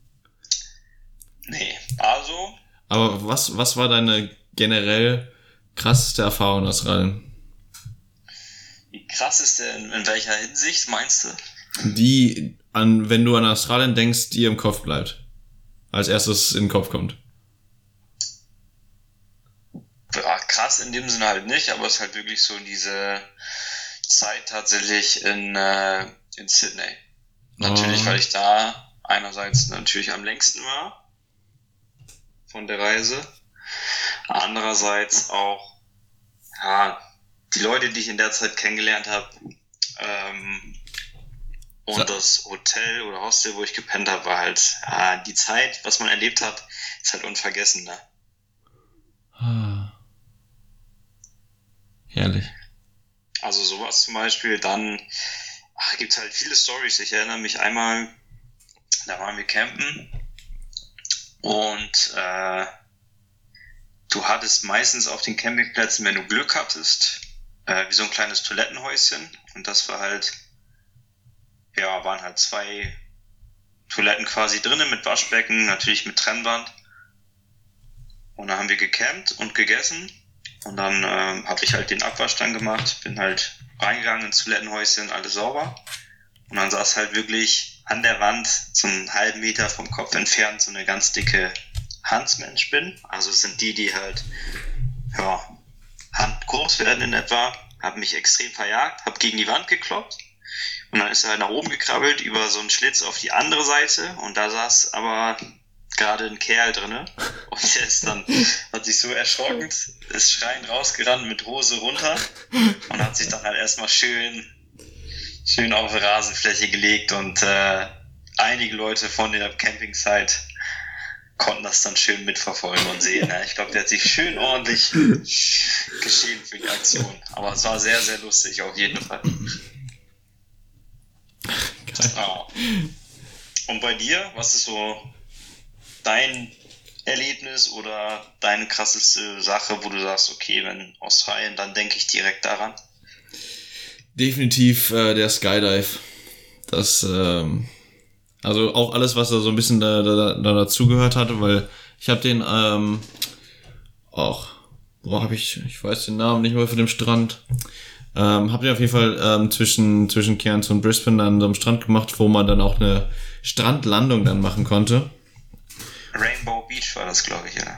Nee, also. Aber was war deine generell krasseste Erfahrung in Australien? Die krasseste in welcher Hinsicht, meinst du? Die, wenn du an Australien denkst, die im Kopf bleibt. Als erstes in den Kopf kommt. Ja, krass in dem Sinne halt nicht, aber es ist halt wirklich so diese Zeit tatsächlich in Sydney. Natürlich, weil ich da einerseits natürlich am längsten war von der Reise, andererseits auch die Leute, die ich in der Zeit kennengelernt habe, und das Hotel oder Hostel, wo ich gepennt habe, war halt die Zeit, was man erlebt hat, ist halt unvergessen, ne? Herrlich. Also sowas zum Beispiel, dann gibt es halt viele Storys. Ich erinnere mich einmal, da waren wir campen und du hattest meistens auf den Campingplätzen, wenn du Glück hattest, wie so ein kleines Toilettenhäuschen, und das war halt, waren halt 2 Toiletten quasi drinnen mit Waschbecken, natürlich mit Trennwand, und dann haben wir gecampt und gegessen. Und dann habe ich halt den Abwasch dann gemacht, bin halt reingegangen ins Toilettenhäuschen, alles sauber. Und dann saß halt wirklich an der Wand, so einen halben Meter vom Kopf entfernt, so eine ganz dicke Huntsman-Spinne. Also es sind die halt, handgroß werden in etwa. Habe mich extrem verjagt, habe gegen die Wand gekloppt. Und dann ist er halt nach oben gekrabbelt, über so einen Schlitz auf die andere Seite. Und da saß aber gerade ein Kerl drinne, und der ist dann, hat sich so erschrocken, ist schreiend rausgerannt mit Hose runter und hat sich dann halt erstmal schön auf die Rasenfläche gelegt, und einige Leute von der Campingsite konnten das dann schön mitverfolgen und sehen. Ich glaube, der hat sich schön ordentlich geschämt für die Aktion, aber es war sehr, sehr lustig auf jeden Fall. Geil. Und bei dir, was ist so dein Erlebnis oder deine krasseste Sache, wo du sagst, okay, wenn Australien, dann denke ich direkt daran? Definitiv der Skydive. Das, also auch alles, was da so ein bisschen da dazugehört hatte, weil ich habe den ich weiß den Namen nicht mehr von dem Strand. Hab den auf jeden Fall zwischen Cairns und Brisbane an so einem Strand gemacht, wo man dann auch eine Strandlandung dann machen konnte. Rainbow Beach war das, glaube ich, oder?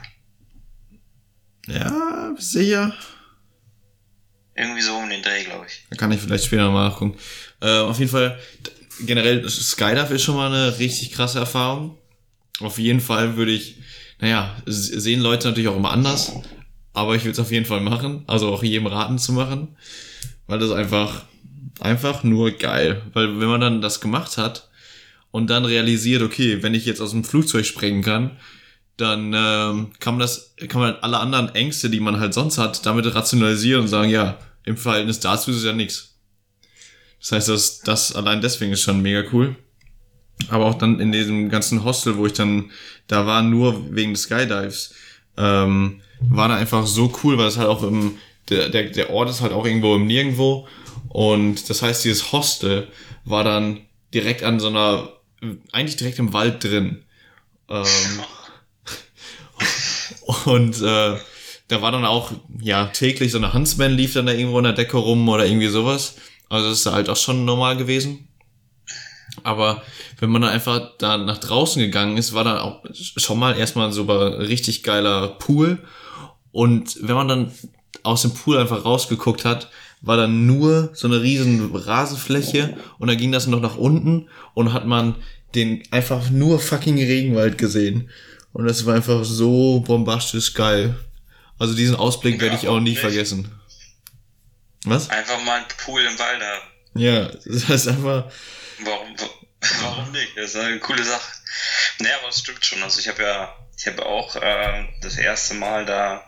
Ja, sicher. Irgendwie so um den Dreh, glaube ich. Da kann ich vielleicht später nochmal nachgucken. Auf jeden Fall, generell, Skydive ist schon mal eine richtig krasse Erfahrung. Auf jeden Fall würde ich, sehen Leute natürlich auch immer anders, aber ich will es auf jeden Fall machen, also auch jedem raten zu machen, weil das einfach nur geil. Weil wenn man dann das gemacht hat und dann realisiert, okay, wenn ich jetzt aus dem Flugzeug springen kann, dann kann man alle anderen Ängste, die man halt sonst hat, damit rationalisieren und sagen, ja, im Verhältnis dazu ist es ja nichts. Das heißt, das allein deswegen ist schon mega cool. Aber auch dann in diesem ganzen Hostel, wo ich dann da war, nur wegen des Skydives, war da einfach so cool, weil es halt auch der Ort ist halt auch irgendwo im Nirgendwo. Und das heißt, dieses Hostel war dann direkt an so einer, eigentlich direkt im Wald drin. Und da war dann auch, täglich so eine Huntsman lief dann da irgendwo in der Decke rum oder irgendwie sowas. Also das ist halt auch schon normal gewesen. Aber wenn man dann einfach da nach draußen gegangen ist, war dann auch schon mal erstmal so ein richtig geiler Pool. Und wenn man dann aus dem Pool einfach rausgeguckt hat, war dann nur so eine riesen Rasenfläche und dann ging das noch nach unten und hat man den einfach nur fucking Regenwald gesehen. Und das war einfach so bombastisch geil. Also diesen Ausblick werde Ja, ich auch warum nie nicht? vergessen. Was? Einfach mal einen Pool im Wald haben. Ja, das heißt einfach, Warum nicht? Das ist eine coole Sache. Naja, aber es stimmt schon. Also ich habe auch das erste Mal da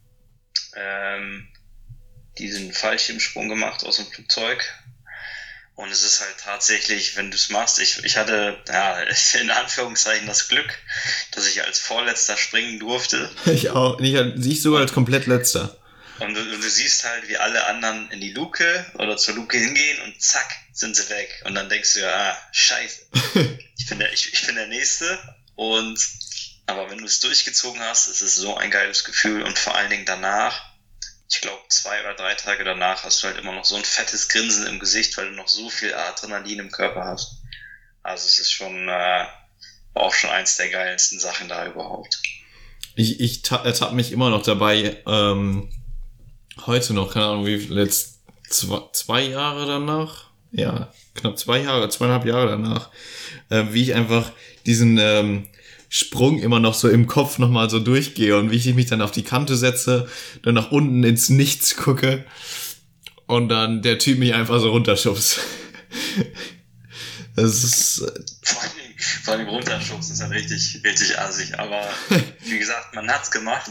diesen Fallschirmsprung gemacht aus dem Flugzeug. Und es ist halt tatsächlich, wenn du es machst, ich hatte, ja, in Anführungszeichen das Glück, dass ich als Vorletzter springen durfte. ich auch, ich sogar als komplett letzter. Und du siehst halt, wie alle anderen in die Luke oder zur Luke hingehen und zack, sind sie weg. Und dann denkst du ja, scheiße, ich bin der Nächste. Aber wenn du es durchgezogen hast, ist es so ein geiles Gefühl. Und vor allen Dingen danach, ich glaube 2 oder 3 Tage danach, hast du halt immer noch so ein fettes Grinsen im Gesicht, weil du noch so viel Adrenalin im Körper hast. Also es ist schon auch schon eins der geilsten Sachen da überhaupt. Ich ertappe mich immer noch dabei, heute noch, keine Ahnung, wie letzt 2 Jahre danach, ja, knapp 2,5 Jahre danach, wie ich einfach diesen Sprung immer noch so im Kopf nochmal so durchgehe und wie ich mich dann auf die Kante setze, dann nach unten ins Nichts gucke und dann der Typ mich einfach so runterschubst. Das ist... Vor allem runterschubsen ist dann richtig, richtig assig. Aber wie gesagt, man hat's gemacht.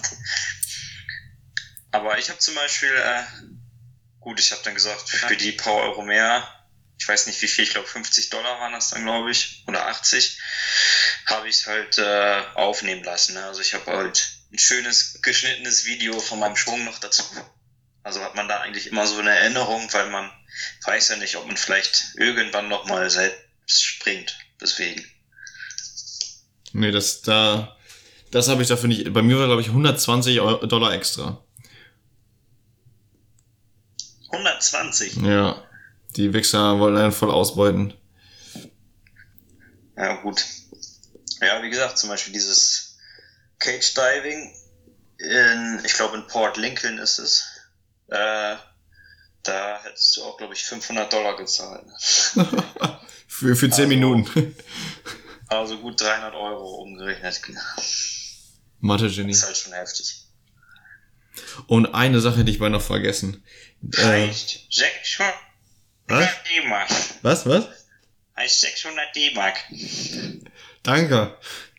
Aber ich habe zum Beispiel, ich habe dann gesagt, für die paar Euro mehr, ich weiß nicht wie viel, ich glaube $50 waren das dann, glaube ich, oder 80, habe ich es halt aufnehmen lassen. Ne? Also ich habe halt ein schönes geschnittenes Video von meinem Schwung noch dazu. Also hat man da eigentlich immer so eine Erinnerung, weil man weiß ja nicht, ob man vielleicht irgendwann nochmal selbst springt. Deswegen. Nee, das habe ich dafür nicht. Bei mir war, glaube ich, $120 extra. 120? Ja, die Wichser wollten einen voll ausbeuten. Ja, gut. Ja, wie gesagt, zum Beispiel dieses Cage Diving ich glaube in Port Lincoln ist es. Da hättest du auch, glaube ich, $500 gezahlt. für 10 Minuten. Also gut 300 Euro umgerechnet. Mathe-Genie. Das ist halt schon heftig. Und eine Sache hätte ich beinahe noch vergessen. Heißt 600 D-Mark. Was? Heißt 600 D-Mark. Danke.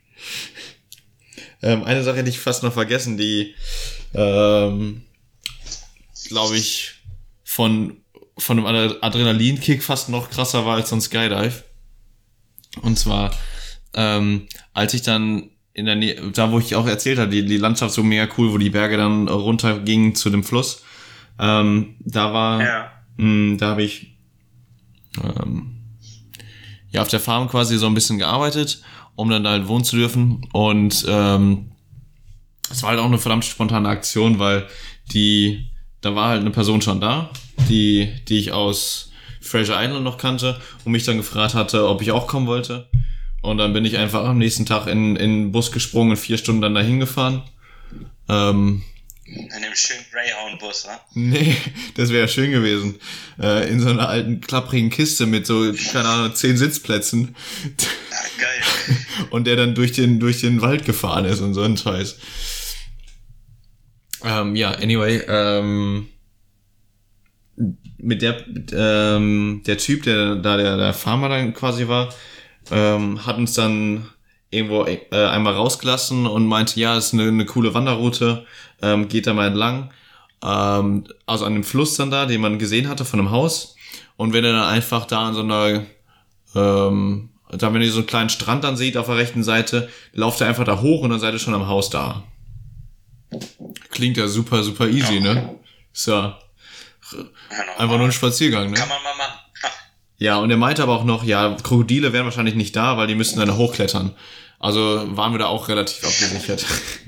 Eine Sache hätte ich fast noch vergessen, die, glaube ich, von einem Adrenalinkick fast noch krasser war als so ein Skydive. Und zwar, als ich dann in der Nähe, da wo ich auch erzählt habe, die Landschaft so mega cool, wo die Berge dann runtergingen zu dem Fluss, da habe ich auf der Farm quasi so ein bisschen gearbeitet, um dann da halt wohnen zu dürfen. Und es war halt auch eine verdammt spontane Aktion, weil da war halt eine Person schon da, die ich aus Fraser Island noch kannte und mich dann gefragt hatte, ob ich auch kommen wollte. Und dann bin ich einfach am nächsten Tag in den Bus gesprungen und 4 Stunden dann dahin gefahren. In dem schönen Greyhound-Bus, wa? Nee, das wäre schön gewesen. In so einer alten, klapprigen Kiste mit so, keine Ahnung, 10 Sitzplätzen. Ja, geil. Und der dann durch den Wald gefahren ist und so ein Scheiß. Mit der Typ, der Farmer dann quasi war, hat uns dann irgendwo einmal rausgelassen und meinte, ja, ist eine coole Wanderroute, geht da mal entlang, also an dem Fluss dann da, den man gesehen hatte von einem Haus, und wenn ihr dann einfach da an so einer, wenn ihr so einen kleinen Strand dann seht auf der rechten Seite, lauft ihr einfach da hoch und dann seid ihr schon am Haus da. Klingt ja super, super easy, ne? Ist ja einfach nur ein Spaziergang, ne? Kann man mal machen. Ja, und er meinte aber auch noch, ja, Krokodile wären wahrscheinlich nicht da, weil die müssten dann hochklettern. Also waren wir da auch relativ abgesichert.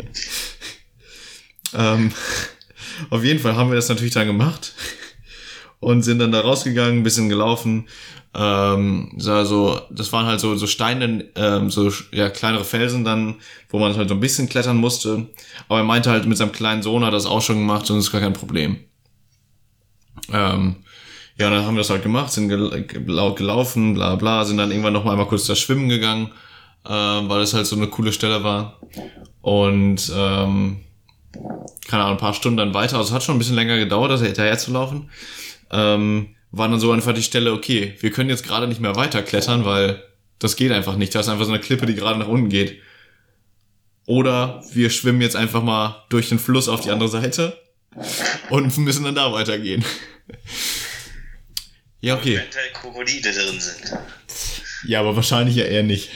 Auf jeden Fall haben wir das natürlich dann gemacht und sind dann da rausgegangen, ein bisschen gelaufen. Das waren halt so Steine, kleinere Felsen dann, wo man halt so ein bisschen klettern musste. Aber er meinte halt, mit seinem kleinen Sohn hat er das auch schon gemacht und das ist gar kein Problem. Dann haben wir das halt gemacht, sind laut gelaufen, bla bla, sind dann irgendwann noch mal einmal kurz da schwimmen gegangen, weil das halt so eine coole Stelle war. Und keine Ahnung, ein paar Stunden dann weiter. Also es hat schon ein bisschen länger gedauert, das hinterher zu laufen. War dann so einfach die Stelle, okay, wir können jetzt gerade nicht mehr weiterklettern, weil das geht einfach nicht. Da ist einfach so eine Klippe, die gerade nach unten geht. Oder wir schwimmen jetzt einfach mal durch den Fluss auf die andere Seite und müssen dann da weitergehen. Ja, okay. Wenn eventuell Krokodile drin sind. Ja, aber wahrscheinlich ja eher nicht.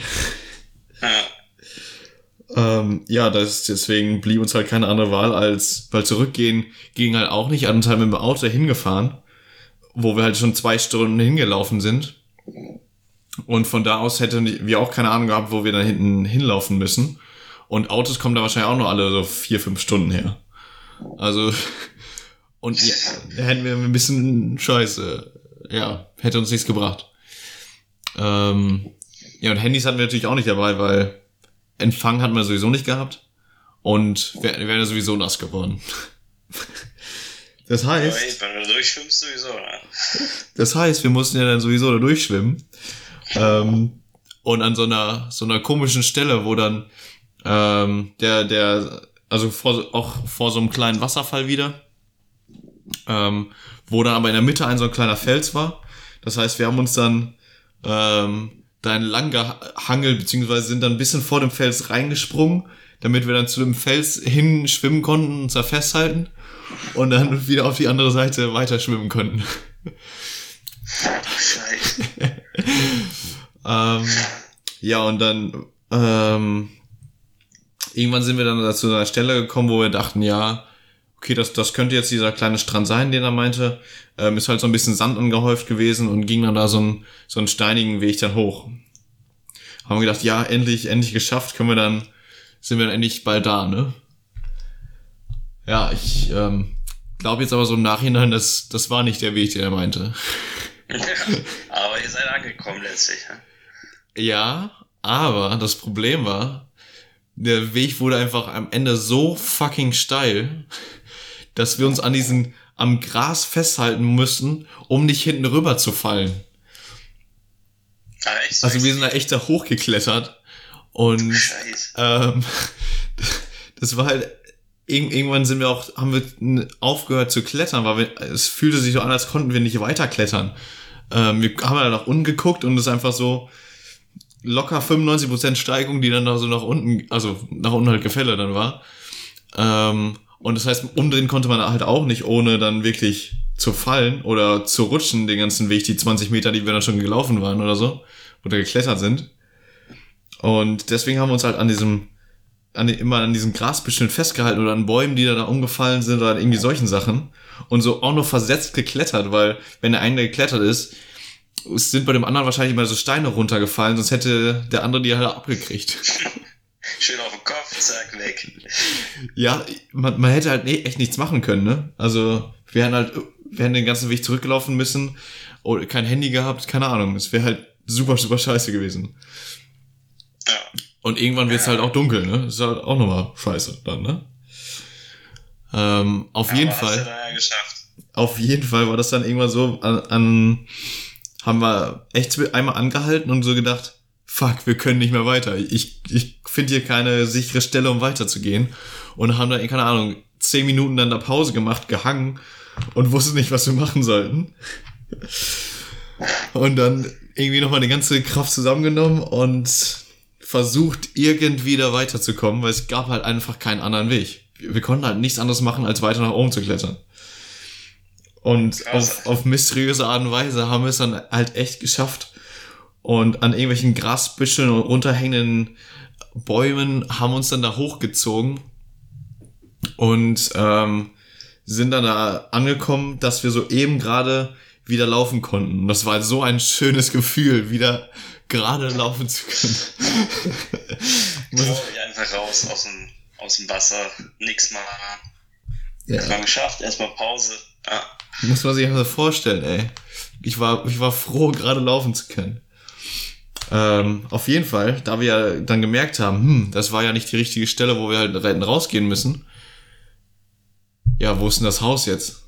Ja. Deswegen blieb uns halt keine andere Wahl als, weil zurückgehen ging halt auch nicht. An halt mit dem Auto hingefahren, wo wir halt schon 2 Stunden hingelaufen sind. Und von da aus hätten wir auch keine Ahnung gehabt, wo wir dann hinten hinlaufen müssen. Und Autos kommen da wahrscheinlich auch noch alle so 4-5 Stunden her. Also, und ja, hätten wir ein bisschen Scheiße. Ja, hätte uns nichts gebracht. Ja, und Handys hatten wir natürlich auch nicht dabei, weil Empfang hatten wir sowieso nicht gehabt. Und wir wären ja sowieso nass geworden. Das heißt... Wenn du durchschwimmst, sowieso, ne? Das heißt, wir mussten ja dann sowieso da durchschwimmen. Und an so einer komischen Stelle, wo dann also vor so einem kleinen Wasserfall wieder, wo dann aber in der Mitte so ein kleiner Fels war. Das heißt, wir haben uns dann da entlang gehangelt, beziehungsweise sind dann ein bisschen vor dem Fels reingesprungen, damit wir dann zu dem Fels hinschwimmen konnten und uns da festhalten und dann wieder auf die andere Seite weiter schwimmen konnten. Scheiße. Ja, und dann irgendwann sind wir dann zu einer Stelle gekommen, wo wir dachten, ja, okay, das könnte jetzt dieser kleine Strand sein, den er meinte. Ist halt so ein bisschen Sand angehäuft gewesen und ging dann da so einen steinigen Weg dann hoch. Haben wir gedacht, ja, endlich geschafft, sind wir dann endlich bald da, ne? Ja, ich glaube jetzt aber so im Nachhinein, das war nicht der Weg, den er meinte. Aber ihr seid angekommen letztlich. Ja, aber das Problem war, der Weg wurde einfach am Ende so fucking steil, dass wir uns am Gras festhalten müssen, um nicht hinten rüber zu fallen. Also wir sind da echt da hochgeklettert und das war halt irgendwann haben wir aufgehört zu klettern, weil es fühlte sich so an, als konnten wir nicht weiter klettern. Wir haben halt nach unten geguckt und es ist einfach so locker 95% Steigung, die dann da so nach unten halt Gefälle dann war. Und das heißt, umdrehen konnte man halt auch nicht, ohne dann wirklich zu fallen oder zu rutschen, den ganzen Weg, die 20 Meter, die wir dann schon gelaufen waren oder so, oder geklettert sind. Und deswegen haben wir uns halt immer an diesem Grasbüscheln festgehalten oder an Bäumen, die da umgefallen sind oder an irgendwie solchen Sachen. Und so auch nur versetzt geklettert, weil wenn der eine geklettert ist, es sind bei dem anderen wahrscheinlich immer so Steine runtergefallen, sonst hätte der andere die halt abgekriegt. Schön auf den Kopf, zack, weg. Ja, man hätte halt echt nichts machen können, ne? Also wir hätten den ganzen Weg zurückgelaufen müssen oder kein Handy gehabt, keine Ahnung. Es wäre halt super, super scheiße gewesen. Ja. Und irgendwann wird es halt auch dunkel, ne? Das ist halt auch nochmal scheiße dann, ne? Auf jeden Fall. Hast du da ja geschafft. Auf jeden Fall war das dann irgendwann so haben wir echt einmal angehalten und so gedacht, fuck, wir können nicht mehr weiter. Ich finde hier keine sichere Stelle, um weiterzugehen. Und haben dann, keine Ahnung, 10 Minuten dann da Pause gemacht, gehangen und wussten nicht, was wir machen sollten. Und dann irgendwie nochmal die ganze Kraft zusammengenommen und versucht, irgendwie da weiterzukommen, weil es gab halt einfach keinen anderen Weg. Wir konnten halt nichts anderes machen, als weiter nach oben zu klettern. Und auf mysteriöse Art und Weise haben wir es dann halt echt geschafft. Und an irgendwelchen Grasbüscheln und runterhängenden Bäumen haben uns dann da hochgezogen und sind dann da angekommen, dass wir so eben gerade wieder laufen konnten. Und das war so ein schönes Gefühl, wieder gerade laufen zu können. Einfach raus aus dem Wasser, nix machen. Ja. Erstmal geschafft, erstmal Pause. Ja. Muss man sich einfach vorstellen, ey. Ich war froh, gerade laufen zu können. Auf jeden Fall, da wir ja dann gemerkt haben, das war ja nicht die richtige Stelle, wo wir halt hätten rausgehen müssen. Ja, wo ist denn das Haus jetzt?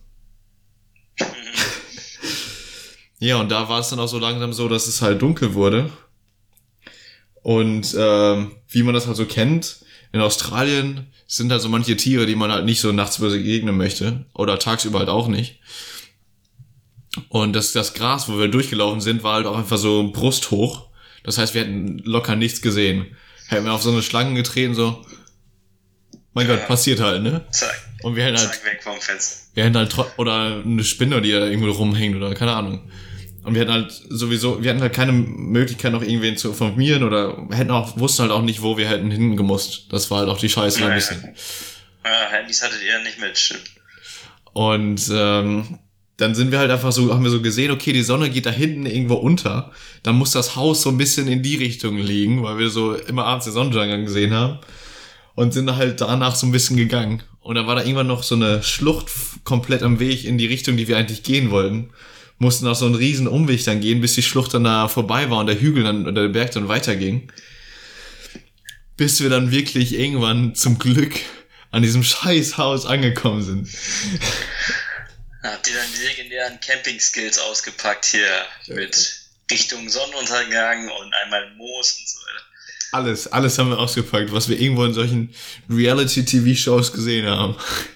Ja, und da war es dann auch so langsam so, dass es halt dunkel wurde. Und wie man das halt so kennt, in Australien sind halt so manche Tiere, die man halt nicht so nachts begegnen möchte. Oder tagsüber halt auch nicht. Und das Gras, wo wir durchgelaufen sind, war halt auch einfach so brusthoch. Das heißt, wir hätten locker nichts gesehen. Hätten wir auf so eine Schlange getreten, so, mein Gott, passiert halt, ne? Zack. Und wir hätten halt, Zack, weg vom Fenster. wir hätten halt, oder eine Spinne, die da irgendwo rumhängt oder keine Ahnung. Und wir hätten halt sowieso, wir hatten halt keine Möglichkeit, noch irgendwen zu informieren oder wussten halt auch nicht, wo wir hätten hingemusst. Das war halt auch die Scheiße ein bisschen. Ja, Handys hattet ihr nicht mit, stimmt. Und dann sind wir halt einfach so, haben wir so gesehen, okay, die Sonne geht da hinten irgendwo unter. Dann muss das Haus so ein bisschen in die Richtung liegen, weil wir so immer abends den Sonnenuntergang gesehen haben. Und sind halt danach so ein bisschen gegangen. Und dann war da irgendwann noch so eine Schlucht komplett am Weg in die Richtung, die wir eigentlich gehen wollten. Mussten auch so einen riesen Umweg dann gehen, bis die Schlucht dann da vorbei war und der Hügel dann, oder der Berg dann weiterging. Bis wir dann wirklich irgendwann zum Glück an diesem Scheißhaus angekommen sind. Habt ihr dann die legendären Camping-Skills ausgepackt hier mit Richtung Sonnenuntergang und einmal Moos und so weiter? Alles haben wir ausgepackt, was wir irgendwo in solchen Reality-TV-Shows gesehen haben.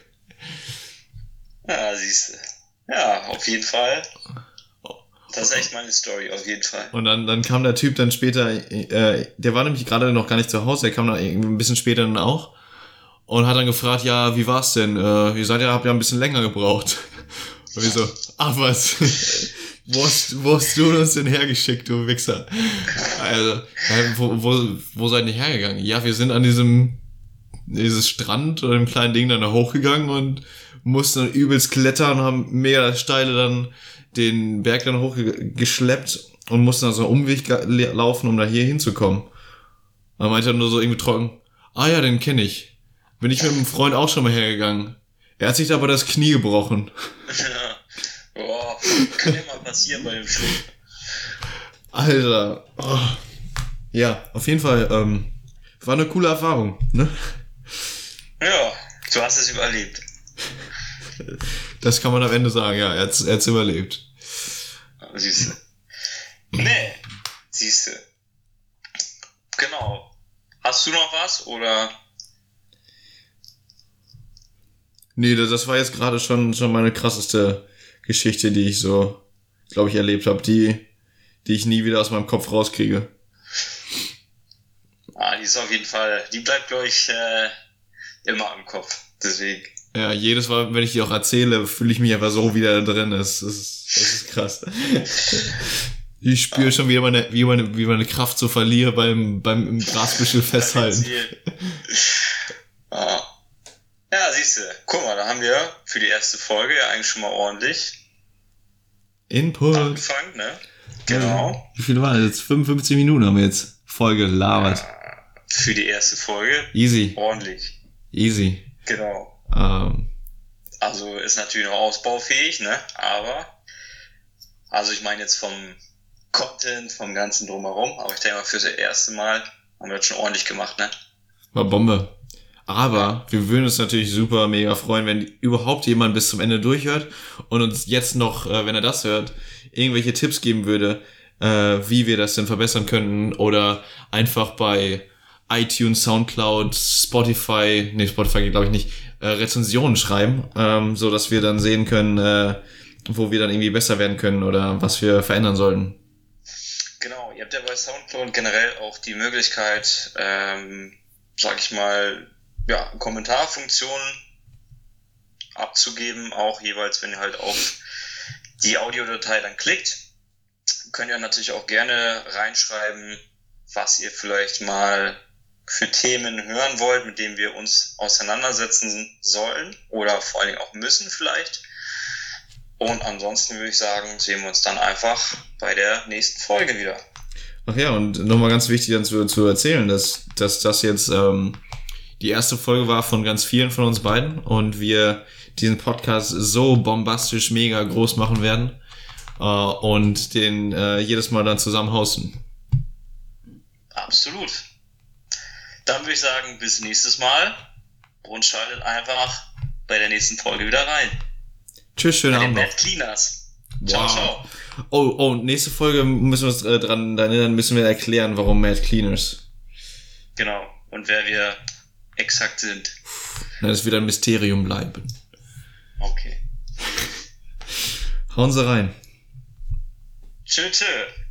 Ja, siehst du. Ja, auf jeden Fall. Das ist echt meine Story, auf jeden Fall. Und dann kam der Typ dann später, der war nämlich gerade noch gar nicht zu Hause, der kam dann ein bisschen später dann auch und hat dann gefragt, ja, wie war's denn? Habt ja ein bisschen länger gebraucht. Und wir so, ach was, wo hast du uns denn hergeschickt, du Wichser? Also, wo seid ihr hergegangen? Ja, wir sind an dieses Strand oder dem kleinen Ding dann da hochgegangen und mussten dann übelst klettern, haben mega steile dann den Berg dann hochgeschleppt und mussten dann so einen Umweg laufen, um da hier hinzukommen. Man meinte dann nur so irgendwie trocken, ah ja, den kenne ich. Bin ich mit einem Freund auch schon mal hergegangen. Er hat sich aber das Knie gebrochen. Boah, kann ja mal passieren bei dem Schwimmen. Alter. Oh. Ja, auf jeden Fall, war eine coole Erfahrung, ne? Ja, du hast es überlebt. Das kann man am Ende sagen, ja, er hat's überlebt. Siehst du. Nee, siehst du. Genau. Hast du noch was, oder? Nee, das war jetzt gerade schon meine krasseste Geschichte, die ich so, glaube ich, erlebt habe, die ich nie wieder aus meinem Kopf rauskriege. Die ist auf jeden Fall, die bleibt, glaube ich, immer im Kopf. Deswegen. Ja, jedes Mal, wenn ich die auch erzähle, fühle ich mich einfach so wieder drin. Das ist krass. Ich spüre schon, wie meine Kraft so verliere beim im Grasbüschel festhalten. Ja, siehst du. Guck mal, da haben wir für die erste Folge ja eigentlich schon mal ordentlich Input angefangen, ne? Genau. Ja, wie viel waren das jetzt? 55 Minuten haben wir jetzt voll gelabert. Für die erste Folge. Easy. Ordentlich. Easy. Genau. Also ist natürlich noch ausbaufähig, ne? Aber, also ich meine jetzt vom Content, vom ganzen Drumherum, aber ich denke mal fürs erste Mal haben wir das schon ordentlich gemacht, ne? War Bombe. Aber wir würden uns natürlich super mega freuen, wenn überhaupt jemand bis zum Ende durchhört und uns jetzt noch, wenn er das hört, irgendwelche Tipps geben würde, wie wir das denn verbessern könnten oder einfach bei iTunes, Soundcloud, Spotify geht glaube ich nicht, Rezensionen schreiben, so dass wir dann sehen können, wo wir dann irgendwie besser werden können oder was wir verändern sollten. Genau, ihr habt ja bei Soundcloud generell auch die Möglichkeit, sag ich mal, ja, Kommentarfunktionen abzugeben, auch jeweils, wenn ihr halt auf die Audiodatei dann klickt. Könnt ihr natürlich auch gerne reinschreiben, was ihr vielleicht mal für Themen hören wollt, mit denen wir uns auseinandersetzen sollen oder vor allen Dingen auch müssen vielleicht. Und ansonsten würde ich sagen, sehen wir uns dann einfach bei der nächsten Folge wieder. Ach ja, und nochmal ganz wichtig dann zu erzählen, dass das jetzt die erste Folge war von ganz vielen von uns beiden und wir diesen Podcast so bombastisch mega groß machen werden und den jedes Mal dann zusammen hosten. Absolut. Dann würde ich sagen, bis nächstes Mal und schaltet einfach bei der nächsten Folge wieder rein. Tschüss, schönen Abend noch. Mad Cleaners. Ciao, wow. ciao. Oh, nächste Folge müssen wir uns dran erinnern, müssen wir erklären, warum Mad Cleaners. Genau. Und wer wir exakt sind. Das wird ein Mysterium bleiben. Okay. Hauen Sie rein. Tschö, tschö.